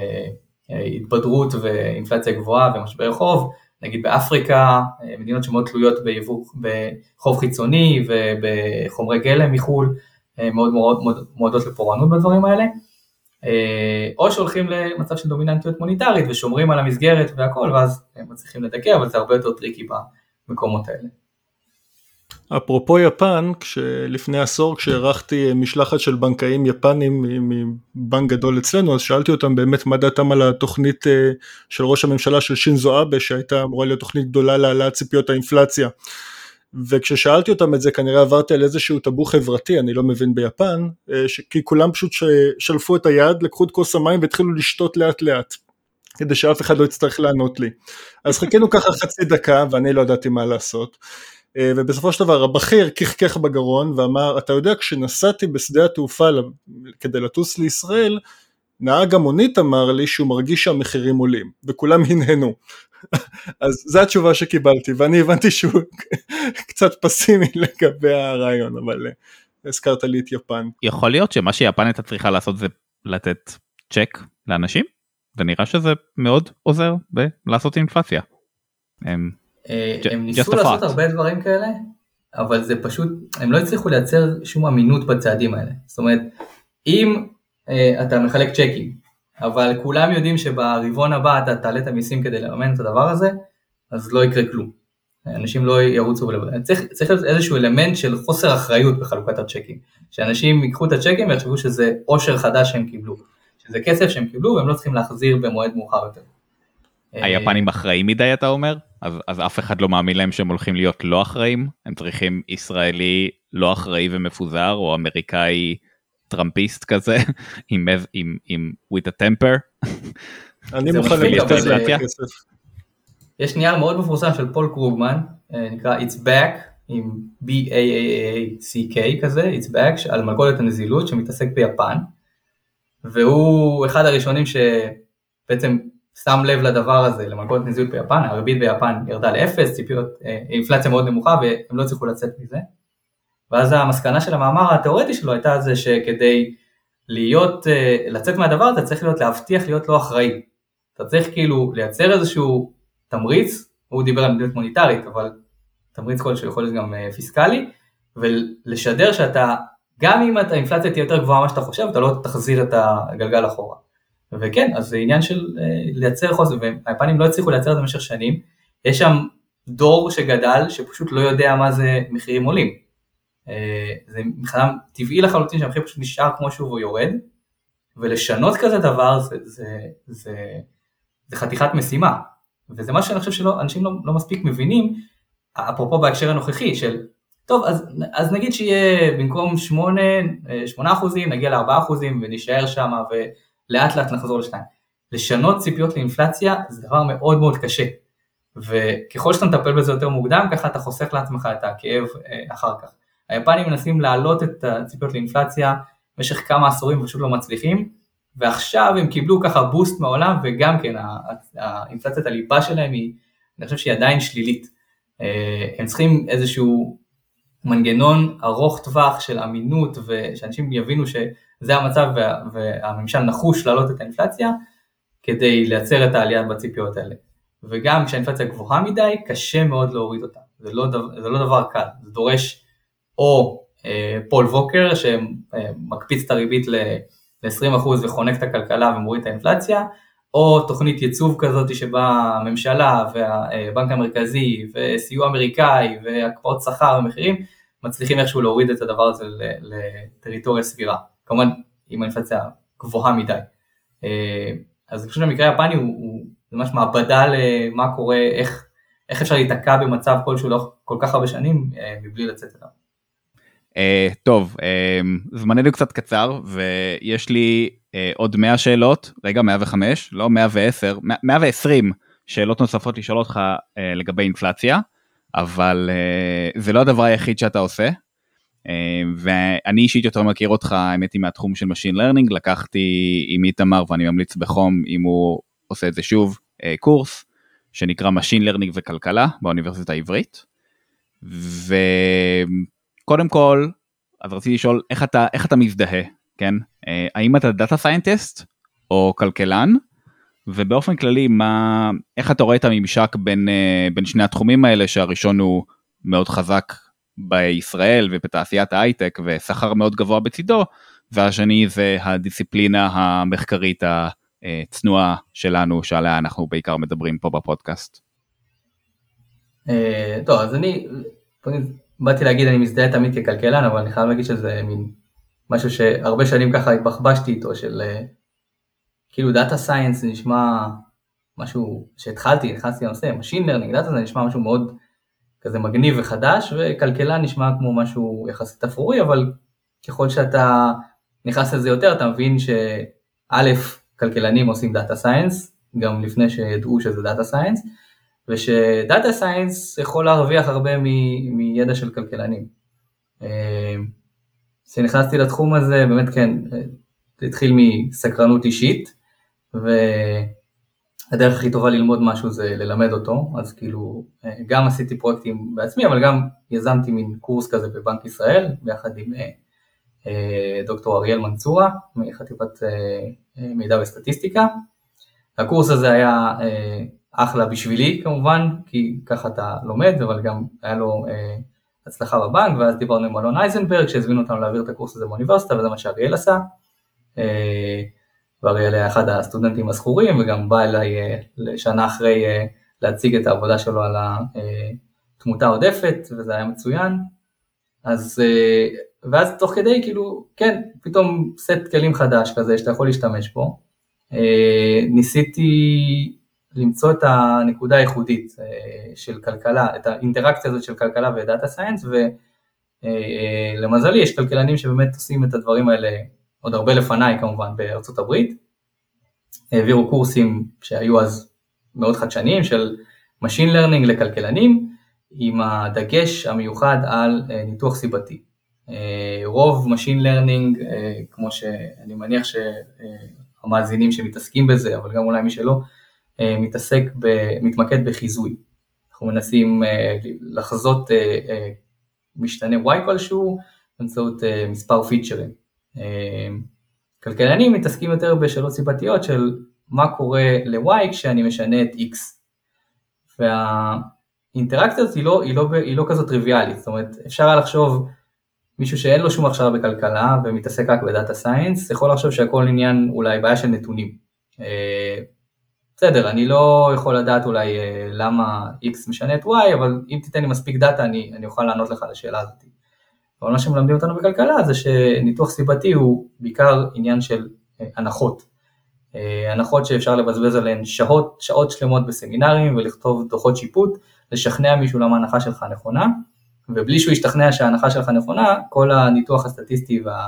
להתבדרות ואינפלציה גבוהה ומשבר חוב, נגיד באפריקה, מדינות שמאוד תלויות ביבוא, בחוב חיצוני ובחומרי גלם מחול, מאוד מאוד מועדות לפורענות בדברים האלה, או שהולכים למצב של דומיננטיות מוניטרית ושומרים על המסגרת והכל, ואז הם מצליחים לדכא, אבל זה הרבה יותר טריקי במקומות האלה. אפרופו יפן, לפני עשור כשערכתי משלחת של בנקאים יפנים מבנק גדול אצלנו, אז שאלתי אותם באמת מה דעתם על התוכנית של ראש הממשלה של שינזו אבה, שהייתה אמורה להיות תוכנית גדולה להעלאת ציפיות האינפלציה. וכששאלתי אותם את זה כנראה עברתי על איזשהו טאבו חברתי, אני לא מבין ביפן, כי כולם פשוט שלפו את היד, לקחו את כוס המים והתחילו לשתות לאט לאט, כדי שאף אחד לא יצטרך לענות לי. אז חיכינו ככה חצי דקה ואני לא ידעתי מה לעשות, ובסופו של דבר הבכיר כחכך בגרון ואמר, אתה יודע, כשנסעתי בשדה התעופה כדי לטוס לישראל, נהג המונית אמר לי שהוא מרגיש שהמחירים עולים, וכולם הנהנו. אז זו התשובה שקיבלתי, ואני הבנתי שהוא קצת פסימי לגבי הרעיון, אבל הזכרת לי את יפן. יכול להיות שמה שיפן הייתה צריכה לעשות זה לתת צ'ק לאנשים, ונראה שזה מאוד עוזר בלעשות אינפלציה. הם ניסו לעשות הרבה דברים כאלה, אבל זה פשוט, הם לא הצליחו לייצר שום אמינות בצעדים האלה. זאת אומרת, אם אתה מחלק צ'קים, אבל כולם יודעים שברבעון הבא אתה תעלה את המיסים כדי לממן את הדבר הזה, אז לא יקרה כלום. אנשים לא ירוצו ולבד. צריך, צריך להיות איזשהו אלמנט של חוסר אחריות בחלוקת הצ'קים. שאנשים ייקחו את הצ'קים ויחשבו שזה עושר חדש שהם קיבלו. שזה כסף שהם קיבלו והם לא צריכים להחזיר במועד מאוחר יותר. היפנים אחראים מדי אתה אומר? אז, אז אף אחד לא מאמין להם שהם הולכים להיות לא אחראים? הם צריכים ישראלי לא אחראי ומפוזר, או אמריקאי טראמפיסט כזה, עם, עם, עם with a temper. אני מוכן להגיד את זה כסף. יש נייר מאוד מפורסם של פול קרוגמן, נקרא It's Back, עם B A A A C K כזה, It's Back, על מלכודת הנזילות, שמתעסק ביפן, והוא אחד הראשונים שבעצם שם לב לדבר הזה, למלכודת נזילות ביפן, הריבית ביפן ירדה לאפס, ציפיות, אינפלציה מאוד נמוכה, והם לא צריכו לצאת מזה. ואז המסקנה של המאמר התיאורטי שלו הייתה זה שכדי להיות, לצאת מהדבר הזה, צריך להיות להבטיח להיות לא אחראי. אתה צריך כאילו לייצר איזשהו תמריץ, הוא דיבר על מדיניות מוניטרית, אבל תמריץ כלשהו יכול להיות גם פיסקלי, ולשדר שאתה, גם אם האינפלציה תהיה יותר גבוהה מה שאתה חושב, אתה לא תחזיר את הגלגל אחורה. וכן, אז זה עניין של לייצר חוסר, והיפנים לא הצליחו לייצר את זה במשך שנים, יש שם דור שגדל, שפשוט לא יודע מה זה מחירים עולים. זה מבחינה טבעי לחלוטין שהמחיר פשוט נשאר כמו שהוא ויורד, ולשנות כזה דבר זה, זה, זה, זה חתיכת משימה, וזה מה שאני חושב שאנשים לא, לא מספיק מבינים, אפרופו בהקשר הנוכחי של, טוב, אז, אז נגיד שיהיה במקום שמונה, שמונה אחוזים, נגיע לארבעה אחוזים ונשאר שם ולאט לאט נחזור לשתיים. לשנות ציפיות לאינפלציה זה דבר מאוד מאוד קשה, וככל שאתה מטפל בזה יותר מוקדם, ככה אתה חוסך לעצמך את הכאב אחר כך. היפנים מנסים להעלות את הציפיות לאינפלציה במשך כמה עשורים ופשוט לא מצליחים, ועכשיו הם קיבלו ככה בוסט מהעולם, וגם כן האינפלציית הליבה שלהם היא, אני חושב שהיא עדיין שלילית. הם צריכים איזשהו מנגנון ארוך טווח של אמינות, ושאנשים יבינו שזה המצב והממשל נחוש להעלות את האינפלציה, כדי לייצר את העלייה בציפיות האלה. וגם כשהאינפלציה גבוהה מדי, קשה מאוד להוריד אותה. זה לא, זה לא דבר קל, זה דורש או אה, פול ווקר שמקפיץ את הריבית ל-עשרים אחוז וחונק את הכלכלה ומוריד את האינפלציה, או תוכנית ייצוב כזאת שבה הממשלה והבנק המרכזי וסיוע אמריקאי והקפאות שכר ומחירים מצליחים איכשהו להוריד את הדבר הזה לטריטוריה סבירה, כמובן עם האינפלציה גבוהה מדי. אה, אז אני חושב שהמקרה היפני הוא, הוא ממש מעבדה למה קורה, איך, איך אפשר להתעקע במצב כלשהו לא כל כך הרבה שנים אה, מבלי לצאת אליו. Uh, טוב, uh, זמננו קצת קצר, ויש לי uh, עוד מאה שאלות, רגע מאה וחמש, לא מאה ועשר, מאה ועשרים שאלות נוספות לשאול אותך uh, לגבי אינפלציה, אבל uh, זה לא הדבר היחיד שאתה עושה, uh, ואני אישית יותר מכיר אותך, האמת היא מהתחום של Machine Learning, לקחתי עם איתמר, ואני ממליץ בחום, אם הוא עושה את זה שוב, uh, קורס, שנקרא Machine Learning וכלכלה, באוניברסיטה העברית, ו... קודם כל, אז רציתי לשאול, איך אתה, איך אתה מזדהה, כן? האם אתה דאטה סיינטיסט או כלכלן? ובאופן כללי, מה, איך אתה רואה את הממשק בין, בין שני התחומים האלה, שהראשון הוא מאוד חזק בישראל ובתעשיית ההייטק, ושכר מאוד גבוה בצידו, והשני זה הדיסציפלינה המחקרית הצנועה שלנו, שעליה אנחנו בעיקר מדברים פה בפודקאסט. טוב, אז אני... באתי להגיד, אני מזדהה תמיד ככלכלן, אבל אני חייב להגיד שזה מין משהו שהרבה שנים ככה התבחבשתי איתו, של כאילו דאטה סיינס זה נשמע משהו שהתחלתי, נכנסתי לנושא, Machine Learning, דאטה זה נשמע משהו מאוד כזה מגניב וחדש, וכלכלן נשמע כמו משהו יחסית אפורי, אבל ככל שאתה נכנס לזה יותר, אתה מבין שא' כלכלנים עושים דאטה סיינס, גם לפני שידעו שזה דאטה סיינס, ושדאטה סיינס יכול להרוויח הרבה מ- מידע של כלכלנים. כשנכנסתי לתחום הזה, באמת כן, זה התחיל מסקרנות אישית, והדרך הכי טובה ללמוד משהו זה ללמד אותו, אז כאילו גם עשיתי פרויקטים בעצמי, אבל גם יזמתי מין קורס כזה בבנק ישראל, ביחד עם דוקטור אריאל מנצורה, מחטיבת מידע וסטטיסטיקה. הקורס הזה היה אחלה בשבילי כמובן, כי ככה אתה לומד, אבל גם היה לו הצלחה בבנק, ואז דיברנו עם אלון אייזנברג, שהזמינו אותנו להעביר את הקורס הזה באוניברסיטה, וזה מה שאריאל עשה. ואריאל היה אחד הסטודנטים הזכורים, וגם בא אליי לשנה אחרי להציג את העבודה שלו על התמותה העודפת, וזה היה מצוין. אז, ואז תוך כדי, כאילו, כן, פתאום סט כלים חדש כזה, שאתה יכול להשתמש בו. ניסיתי למצוא את הנקודה הייחודית של כלכלה, את האינטראקציה הזאת של כלכלה ודאטה סיינס, ולמזלי יש כלכלנים שבאמת עושים את הדברים האלה, עוד הרבה לפניי כמובן בארצות הברית, העבירו קורסים שהיו אז מאוד חדשניים של Machine Learning לכלכלנים, עם הדגש המיוחד על ניתוח סיבתי. רוב Machine Learning, כמו שאני מניח שהמאזינים שמתעסקים בזה, אבל גם אולי מי שלא, מתעסק, מתמקד בחיזוי. אנחנו מנסים לחזות משתנה Y כלשהו, באמצעות מספר פיצ'רים. כלכלנים מתעסקים יותר בשאלות סיבתיות של מה קורה ל-Y כשאני משנה את X. והאינטראקציה הזאת היא לא, היא לא, היא לא כזאת טריוויאלית, זאת אומרת, אפשר לחשוב, מישהו שאין לו שום הכשרה בכלכלה ומתעסק רק בדאטה סיינס, יכול לחשוב שהכל עניין אולי בעיה של נתונים. בסדר, אני לא יכול לדעת אולי למה X משנה את Y, אבל אם תיתן לי מספיק דאטה, אני, אני אוכל לענות לך לשאלה הזאת. אבל מה שמלמדים אותנו בכלכלה זה שניתוח סיבתי הוא בעיקר עניין של הנחות. הנחות שאפשר לבזבז עליהן שעות, שעות שלמות בסמינרים ולכתוב דוחות שיפוט, לשכנע מישהו למה ההנחה שלך נכונה, ובלי שהוא ישתכנע שההנחה שלך נכונה, כל הניתוח הסטטיסטי וה,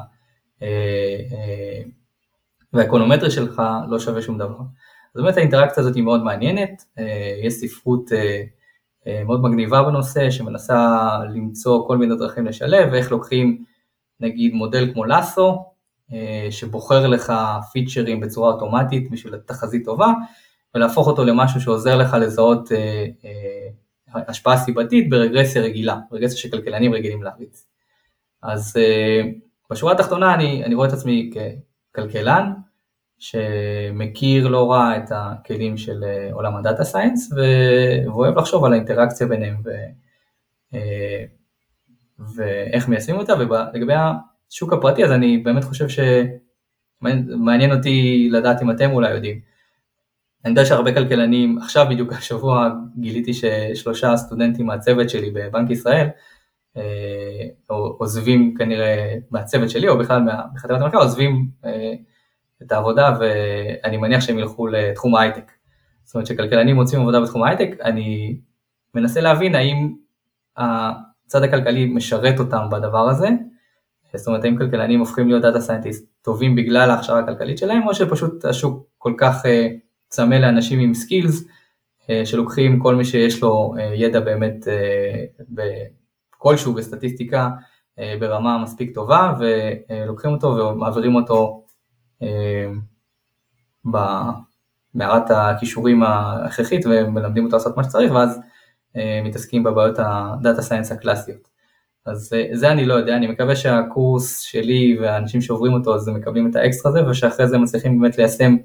והאקונומטרי שלך לא שווה שום דבר. אז באמת האינטראקציה הזאת היא מאוד מעניינת, יש ספרות מאוד מגניבה בנושא, שמנסה למצוא כל מיני דרכים לשלב, ואיך לוקחים נגיד מודל כמו לסו, שבוחר לך פיצ'רים בצורה אוטומטית בשביל תחזית טובה, ולהפוך אותו למשהו שעוזר לך לזהות השפעה סיבתית ברגרסיה רגילה, ברגרסיה שכלכלנים רגילים להריץ. אז בשורה התחתונה אני, אני רואה את עצמי ככלכלן, שמכיר לא רע את הכלים של עולם הדאטה סיינס, ואוהב לחשוב על האינטראקציה ביניהם, ו... ואיך מיישמים אותה, ולגבי השוק הפרטי, אז אני באמת חושב שמעניין אותי לדעת אם אתם אולי יודעים. אני יודע שהרבה כלכלנים, עכשיו בדיוק השבוע גיליתי ששלושה סטודנטים מהצוות שלי בבנק ישראל, עוזבים כנראה מהצוות שלי, או בכלל מחטיבת המחקר, עוזבים את העבודה, ואני מניח שהם ילכו לתחום ההייטק. זאת אומרת שכלכלנים מוצאים עבודה בתחום ההייטק, אני מנסה להבין האם הצד הכלכלי משרת אותם בדבר הזה, זאת אומרת האם כלכלנים הופכים להיות דאטה סיינטיסט טובים בגלל ההכשרה הכלכלית שלהם, או שפשוט השוק כל כך צמא לאנשים עם סקילס, שלוקחים כל מי שיש לו ידע באמת כלשהו בסטטיסטיקה ברמה מספיק טובה, ולוקחים אותו ומעבירים אותו במערת הכישורים ההכרחית, ומלמדים אותו לעשות מה שצריך, ואז מתעסקים בבעיות הדאטה סיינס הקלאסיות. אז זה אני לא יודע, אני מקווה שהקורס שלי והאנשים שעוברים אותו, אז הם מקבלים את האקסטרה הזה, ושאחרי זה מצליחים באמת ליישם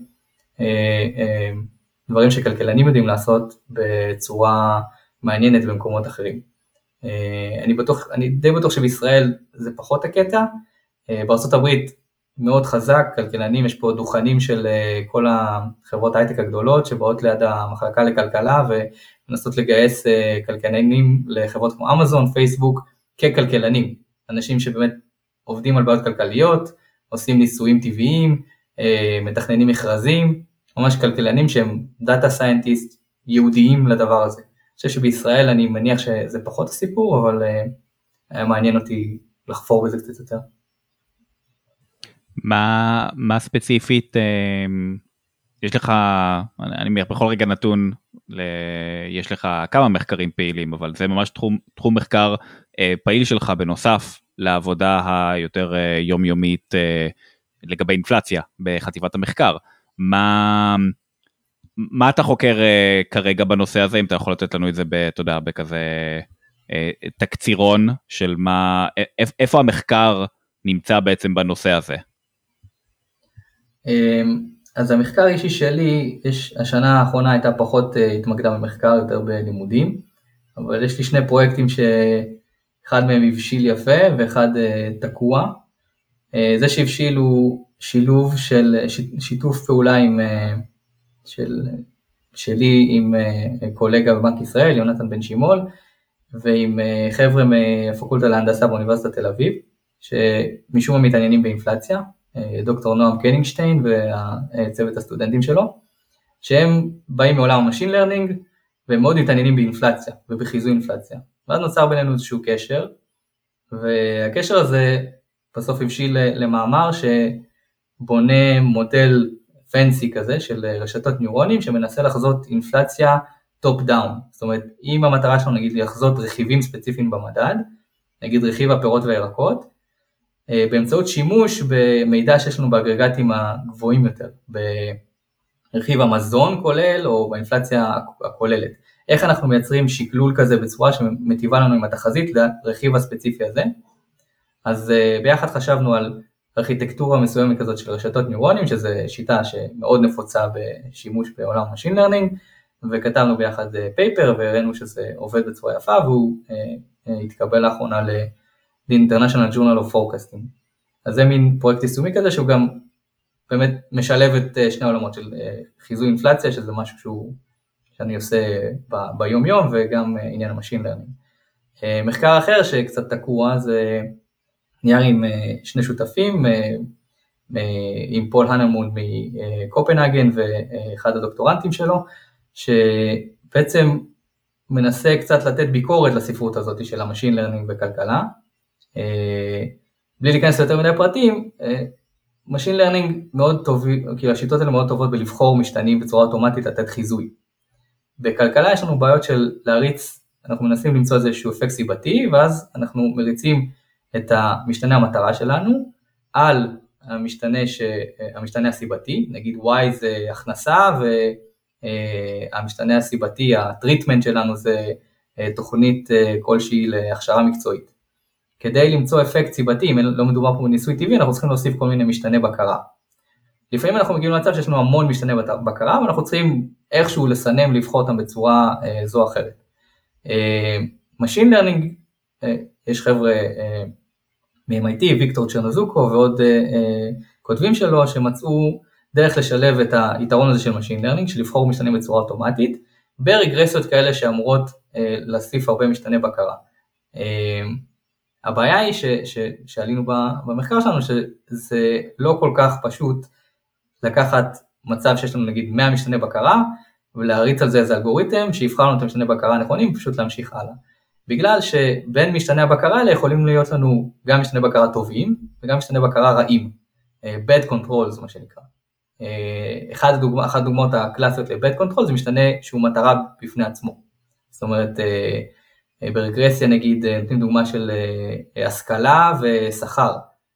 דברים שכלכלנים יודעים לעשות בצורה מעניינת במקומות אחרים. אני בטוח, אני די בטוח שבישראל זה פחות הקטע, בארצות הברית מאוד חזק, כלכלנים, יש פה דוכנים של כל החברות הייטק הגדולות, שבאות ליד המחלקה לכלכלה, ומנסות לגייס כלכלנים לחברות כמו אמזון, פייסבוק, ככלכלנים, אנשים שבאמת עובדים על בעיות כלכליות, עושים ניסויים טבעיים, מתכננים מכרזים, ממש כלכלנים שהם דאטה סיינטיסט ייעודיים לדבר הזה. חושב שבישראל אני מניח שזה פחות הסיפור, אבל היה מעניין אותי לחפור בזה קצת יותר. מה, מה ספציפית, יש לך, אני מניח בכל רגע נתון, יש לך כמה מחקרים פעילים, אבל זה ממש תחום, תחום מחקר פעיל שלך בנוסף לעבודה היותר יומיומית לגבי אינפלציה בחטיבת המחקר. מה, מה אתה חוקר כרגע בנושא הזה, אם אתה יכול לתת לנו את זה, אתה יודע, בכזה תקצירון של מה, איפה המחקר נמצא בעצם בנושא הזה? אז המחקר האישי שלי, יש, השנה האחרונה הייתה פחות התמקדה במחקר, יותר בלימודים, אבל יש לי שני פרויקטים שאחד מהם הבשיל יפה ואחד תקוע. זה שהבשיל הוא שילוב של שיתוף פעולה עם, של, שלי עם קולגה בבנק ישראל, יונתן בן שימול, ועם חבר'ה מהפקולטה להנדסה באוניברסיטת תל אביב, שמשום מה מתעניינים באינפלציה, דוקטור נועם קנינגשטיין והצוות הסטודנטים שלו, שהם באים מעולם המשין לרנינג, והם מאוד מתעניינים באינפלציה ובחיזוי אינפלציה. ואז נוצר בינינו איזשהו קשר, והקשר הזה בסוף הבשיל למאמר שבונה מודל פנסי כזה של רשתות ניורונים, שמנסה לחזות אינפלציה טופ דאון. זאת אומרת, אם המטרה שלנו נגיד לחזות רכיבים ספציפיים במדד, נגיד רכיב הפירות והירקות, באמצעות שימוש במידע שיש לנו באגרגטים הגבוהים יותר, ברכיב המזון כולל או באינפלציה הכוללת. איך אנחנו מייצרים שקלול כזה בצורה שמטיבה לנו עם התחזית לרכיב הספציפי הזה. אז ביחד חשבנו על ארכיטקטורה מסוימת כזאת של רשתות ניורונים, שזו שיטה שמאוד נפוצה בשימוש בעולם המשין לרנינג, וכתבנו ביחד פייפר והראינו שזה עובד בצורה יפה, והוא התקבל לאחרונה ל International Journal of Forecasting. אז זה מין פרויקט יישומי כזה, שהוא גם באמת משלב את שני העולמות של חיזוי אינפלציה, שזה משהו שהוא, שאני עושה ב- ביום יום, וגם עניין המשין לרנינג. מחקר אחר שקצת תקוע, זה נייר עם שני שותפים, עם פול הנמון מקופנהגן, ואחד הדוקטורנטים שלו, שבעצם מנסה קצת לתת ביקורת לספרות הזאת של המשין לרנינג בכלכלה, בלי להיכנס ליותר מדי פרטים. משין לרנינג מאוד טוב, כי השיטות האלה מאוד טובות בלבחור משתנים בצורה אוטומטית לתת חיזוי. בכלכלה יש לנו בעיות של להריץ, אנחנו מנסים למצוא איזשהו אפקט סיבתי, ואז אנחנו מריצים את המשתנה המטרה שלנו על המשתנה, ש... המשתנה הסיבתי, נגיד Y זה הכנסה, והמשתנה הסיבתי, הטריטמנט שלנו זה תוכנית כלשהי להכשרה מקצועית. כדי למצוא אפקט סיבתי, אם לא מדובר פה בניסוי טבעי, אנחנו צריכים להוסיף כל מיני משתנה בקרה. לפעמים אנחנו מגיעים למצב שיש לנו המון משתנה בקרה, ואנחנו צריכים איכשהו לסנם, לבחור אותם בצורה אה, זו או אחרת. משין אה, לרנינג, אה, יש חבר'ה אה, מ-אם איי טי, ויקטור צ'רנזוקו ועוד אה, אה, כותבים שלו, שמצאו דרך לשלב את היתרון הזה של משין לרנינג, של לבחור משתנים בצורה אוטומטית, ברגרסיות כאלה שאמורות אה, להוסיף הרבה משתנה בקרה. אה, הבעיה היא ש, ש, שעלינו במחקר שלנו, שזה לא כל כך פשוט לקחת מצב שיש לנו נגיד מאה משתנה בקרה, ולהריץ על זה איזה אלגוריתם שיבחר לנו את המשתנה בקרה הנכונים, ופשוט להמשיך הלאה. בגלל שבין משתנה הבקרה האלה יכולים להיות לנו גם משתנה בקרה טובים, וגם משתנה בקרה רעים, bad control זה מה שנקרא. אחד הדוגמא, אחת הדוגמאות הקלאסיות ל-bad control זה משתנה שהוא מטרה בפני עצמו. זאת אומרת, ברגרסיה נגיד, נותנים דוגמה של השכלה ושכר.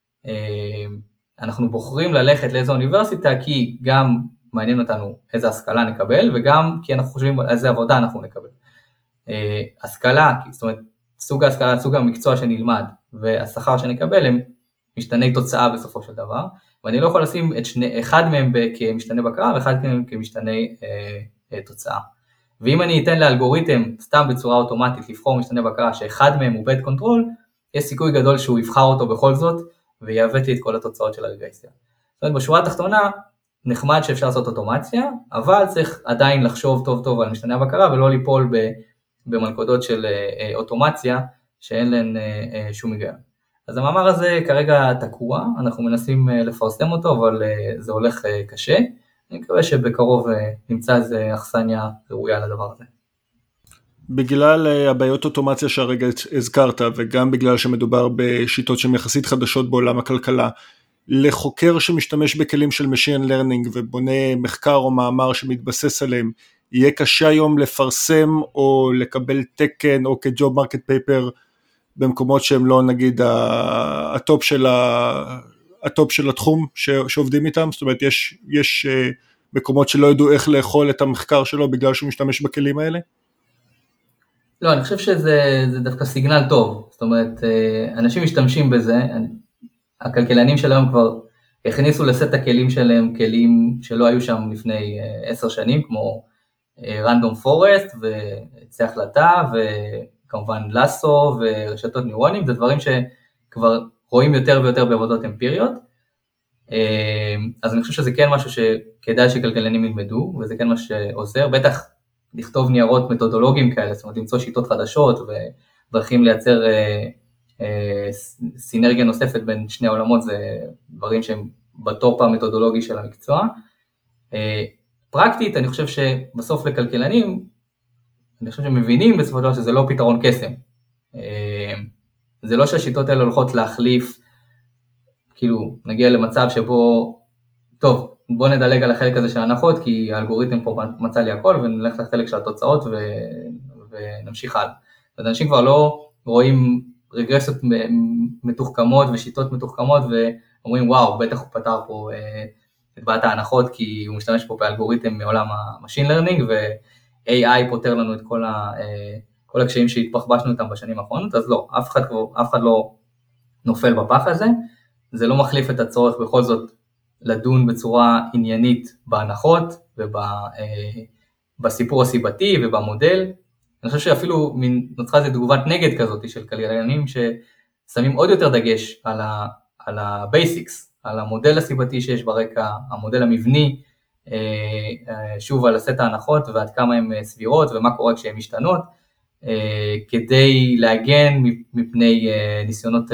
אנחנו בוחרים ללכת לאיזו אוניברסיטה, כי גם מעניין אותנו איזה השכלה נקבל, וגם כי אנחנו חושבים על איזה עבודה אנחנו נקבל. השכלה, זאת אומרת, סוג ההשכלה, סוג המקצוע שנלמד, והשכר שנקבל, הם משתני תוצאה בסופו של דבר, ואני לא יכול לשים את שני, אחד מהם כמשתנה בקרה, ואחד מהם כמשתני אה, תוצאה. ואם אני אתן לאלגוריתם סתם בצורה אוטומטית לבחור משתנה בקרה שאחד מהם הוא bad control, יש סיכוי גדול שהוא יבחר אותו בכל זאת, ויעוות לי את כל התוצאות של הרגרסיה. זאת אומרת, בשורה התחתונה, נחמד שאפשר לעשות אוטומציה, אבל צריך עדיין לחשוב טוב טוב על משתנה הבקרה, ולא ליפול במלכודות של אוטומציה, שאין להן שום היגיון. אז המאמר הזה כרגע תקוע, אנחנו מנסים לפרסם אותו, אבל זה הולך קשה. אני מקווה שבקרוב נמצא איזה אכסניה ראויה לדבר הזה. בגלל הבעיות אוטומציה שהרגע הזכרת, וגם בגלל שמדובר בשיטות שהן יחסית חדשות בעולם הכלכלה, לחוקר שמשתמש בכלים של Machine Learning ובונה מחקר או מאמר שמתבסס עליהם, יהיה קשה היום לפרסם או לקבל תקן או כג'וב מרקט פייפר במקומות שהם לא נגיד הטופ של, הטופ של התחום שעובדים איתם, זאת אומרת יש, יש מקומות שלא ידעו איך לאכול את המחקר שלו בגלל שהוא משתמש בכלים האלה? לא, אני חושב שזה זה דווקא סיגנל טוב, זאת אומרת, אנשים משתמשים בזה, הכלכלנים שלהם כבר הכניסו לסט הכלים שלהם, כלים שלא היו שם לפני עשר שנים, כמו רנדום פורסט ועצי החלטה, וכמובן לסו ורשתות ניורונים, זה דברים שכבר רואים יותר ויותר בעבודות אמפיריות, אז אני חושב שזה כן משהו שכדאי שכלכלנים ילמדו, וזה כן מה שעוזר, בטח לכתוב ניירות מתודולוגיים כאלה, זאת אומרת למצוא שיטות חדשות ודרכים לייצר סינרגיה נוספת בין שני העולמות, זה דברים שהם בטופ המתודולוגי של המקצוע. פרקטית, אני חושב שבסוף לכלכלנים, אני חושב שמבינים בסופו של דבר שזה לא פתרון קסם. זה לא שהשיטות האלה הולכות להחליף, כאילו נגיע למצב שבו, טוב, בוא נדלג על החלק הזה של ההנחות, כי האלגוריתם פה מצא לי הכל, ונלך לחלק של התוצאות ו... ונמשיך הלאה. אז אנשים כבר לא רואים רגרסיות מתוחכמות ושיטות מתוחכמות, ואומרים וואו, בטח הוא פתר פה את בעיית ההנחות, כי הוא משתמש פה באלגוריתם מעולם המשין לרנינג, ו-איי איי פותר לנו את כל, ה... כל הקשיים שהתפחבשנו איתם בשנים האחרונות, אז לא, אף אחד, אף אחד לא נופל בפח הזה, זה לא מחליף את הצורך בכל זאת, לדון בצורה עניינית בהנחות ובסיפור הסיבתי ובמודל. אני חושב שאפילו נוצרה איזו תגובת נגד כזאת של כלכלנים ששמים עוד יותר דגש על ה, על הבייסיקס, על המודל הסיבתי שיש ברקע, המודל המבני, שוב על הסט ההנחות ועד כמה הן סבירות ומה קורה כשהן משתנות, כדי להגן מפני ניסיונות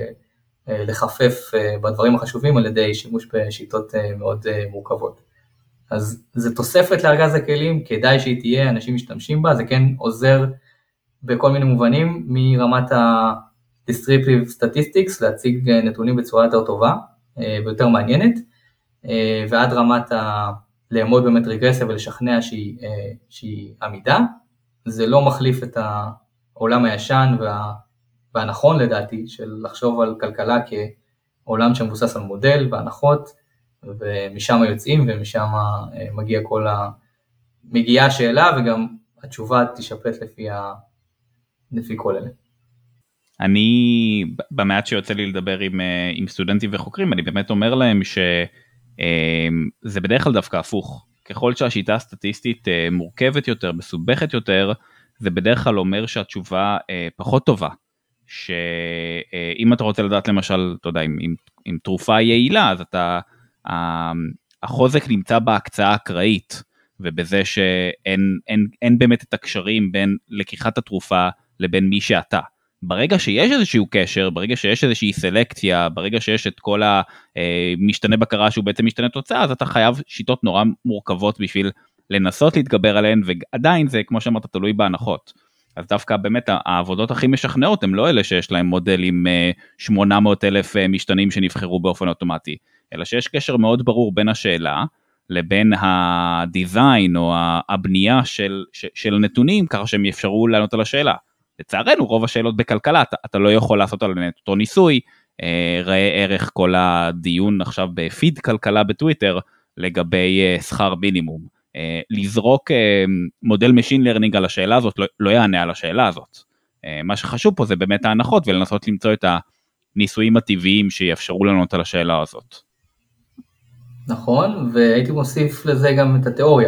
לחפף בדברים החשובים על ידי שימוש בשיטות מאוד מורכבות. אז זה תוספת לארגז הכלים, כדאי שהיא תהיה, אנשים משתמשים בה, זה כן עוזר בכל מיני מובנים, מרמת ה-descriptive statistics, להציג נתונים בצורה יותר טובה ויותר מעניינת, ועד רמת ה- לעמוד באמת רגרסיה ולשכנע שהיא, שהיא עמידה, זה לא מחליף את העולם הישן וה... והנכון לדעתי, של לחשוב על כלכלה כעולם שמבוסס על מודל והנחות, ומשם יוצאים ומשם מגיע כל ה... מגיעה השאלה, וגם התשובה תשפט לפי, ה... לפי כל אלה. אני, במעט שיוצא לי לדבר עם, עם סטודנטים וחוקרים, אני באמת אומר להם שזה בדרך כלל דווקא הפוך. ככל שהשיטה הסטטיסטית מורכבת יותר, מסובכת יותר, זה בדרך כלל אומר שהתשובה פחות טובה. שאם אתה רוצה לדעת למשל, אתה יודע, אם, אם, אם תרופה יעילה, אז אתה, החוזק נמצא בהקצאה אקראית, ובזה שאין אין, אין באמת את הקשרים בין לקיחת התרופה לבין מי שאתה. ברגע שיש איזשהו קשר, ברגע שיש איזושהי סלקציה, ברגע שיש את כל המשתנה בקרה שהוא בעצם משתנה תוצאה, אז אתה חייב שיטות נורא מורכבות בשביל לנסות להתגבר עליהן, ועדיין זה, כמו שאמרת, תלוי בהנחות. אז דווקא באמת העבודות הכי משכנעות הם לא אלה שיש להם מודל עם שמונה מאות אלף משתנים שנבחרו באופן אוטומטי, אלא שיש קשר מאוד ברור בין השאלה לבין הדיזיין או הבנייה של, של נתונים, ככה שהם יאפשרו לענות על השאלה. לצערנו רוב השאלות בכלכלה, אתה, אתה לא יכול לעשות על אותו ניסוי, ראה ערך כל הדיון עכשיו בפיד כלכלה בטוויטר לגבי שכר מינימום. לזרוק מודל Machine Learning על השאלה הזאת, לא, לא יענה על השאלה הזאת. מה שחשוב פה זה באמת ההנחות, ולנסות למצוא את הניסויים הטבעיים שיאפשרו לנו על השאלה הזאת. נכון, והייתי מוסיף לזה גם את התיאוריה.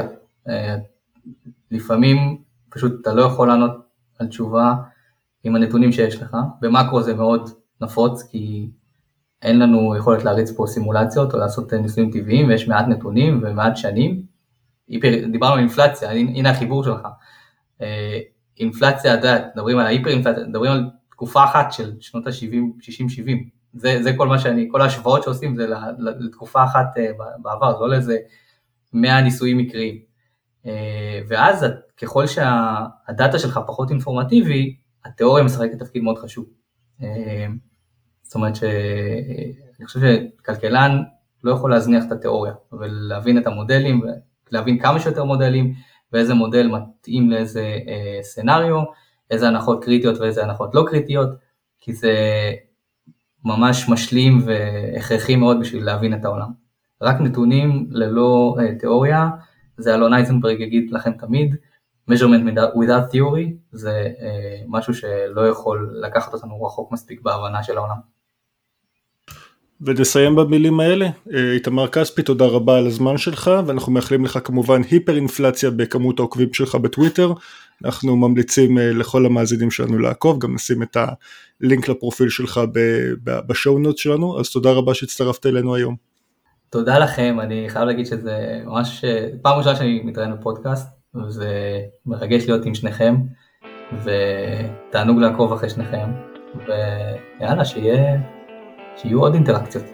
לפעמים פשוט אתה לא יכול לענות על תשובה עם הנתונים שיש לך. במקרו זה מאוד נפוץ, כי אין לנו יכולת להריץ פה סימולציות או לעשות ניסויים טבעיים, ויש מעט נתונים ומעט שנים. דיברנו על אינפלציה, הנה החיבור שלך. אינפלציה, מדברים על ההיפר אינפלציה, מדברים על תקופה אחת של שנות ה-שבעים, שישים שבעים. זה, זה כל מה שאני, כל ההשוואות שעושים זה לתקופה אחת בעבר, לא לאיזה מאה ניסויים מקריים. ואז ככל שהדאטה שלך פחות אינפורמטיבי, התיאוריה משחקת תפקיד מאוד חשוב. זאת אומרת שאני חושב שכלכלן לא יכול להזניח את התיאוריה, ולהבין את המודלים, ולהבין כמה שיותר מודלים, ואיזה מודל מתאים לאיזה סנריו, איזה הנחות קריטיות ואיזה הנחות לא קריטיות, כי זה ממש משלים והכרחי מאוד בשביל להבין את העולם. רק נתונים ללא תיאוריה, זה אלון אייזנברג יגיד לכם תמיד, measurement without theory, זה משהו שלא יכול לקחת אותנו רחוק מספיק בהבנה של העולם. ונסיים במילים האלה. איתמר כספי, תודה רבה על הזמן שלך, ואנחנו מאחלים לך כמובן היפר אינפלציה בכמות העוקבים שלך בטוויטר. אנחנו ממליצים לכל המאזינים שלנו לעקוב, גם נשים את הלינק לפרופיל שלך בשואו נוטס שלנו, אז תודה רבה שהצטרפת אלינו היום. תודה לכם, אני חייב להגיד שזה ממש פעם ראשונה שאני מתראיין בפודקאסט, וזה מרגש להיות עם שניכם, ותענוג לעקוב אחרי שניכם, ויאללה, שיהיה, שיהיו עוד אינטראקציות.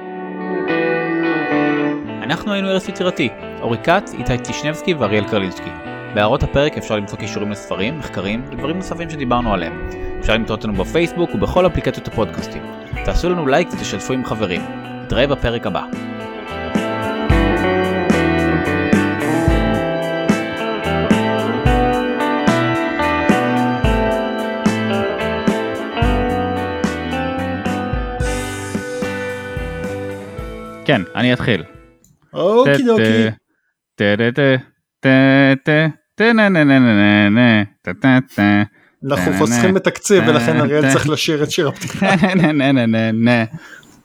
אנחנו היינו ארץ יצירתי, אורי כץ, איתי טישנבסקי ואריאל קרלינסקי. בהערות הפרק אפשר למצוא קישורים לספרים, מחקרים ודברים נוספים שדיברנו עליהם. אפשר למצוא אותנו בפייסבוק ובכל אפליקציות הפודקאסטים. תעשו לנו לייק ותשתפו עם חברים. נתראה בפרק הבא. כן, אני אתחיל. אוקי דוקי. אנחנו חוסכים בתקציב ולכן אריאל צריך לשיר את שיר הפתיחה.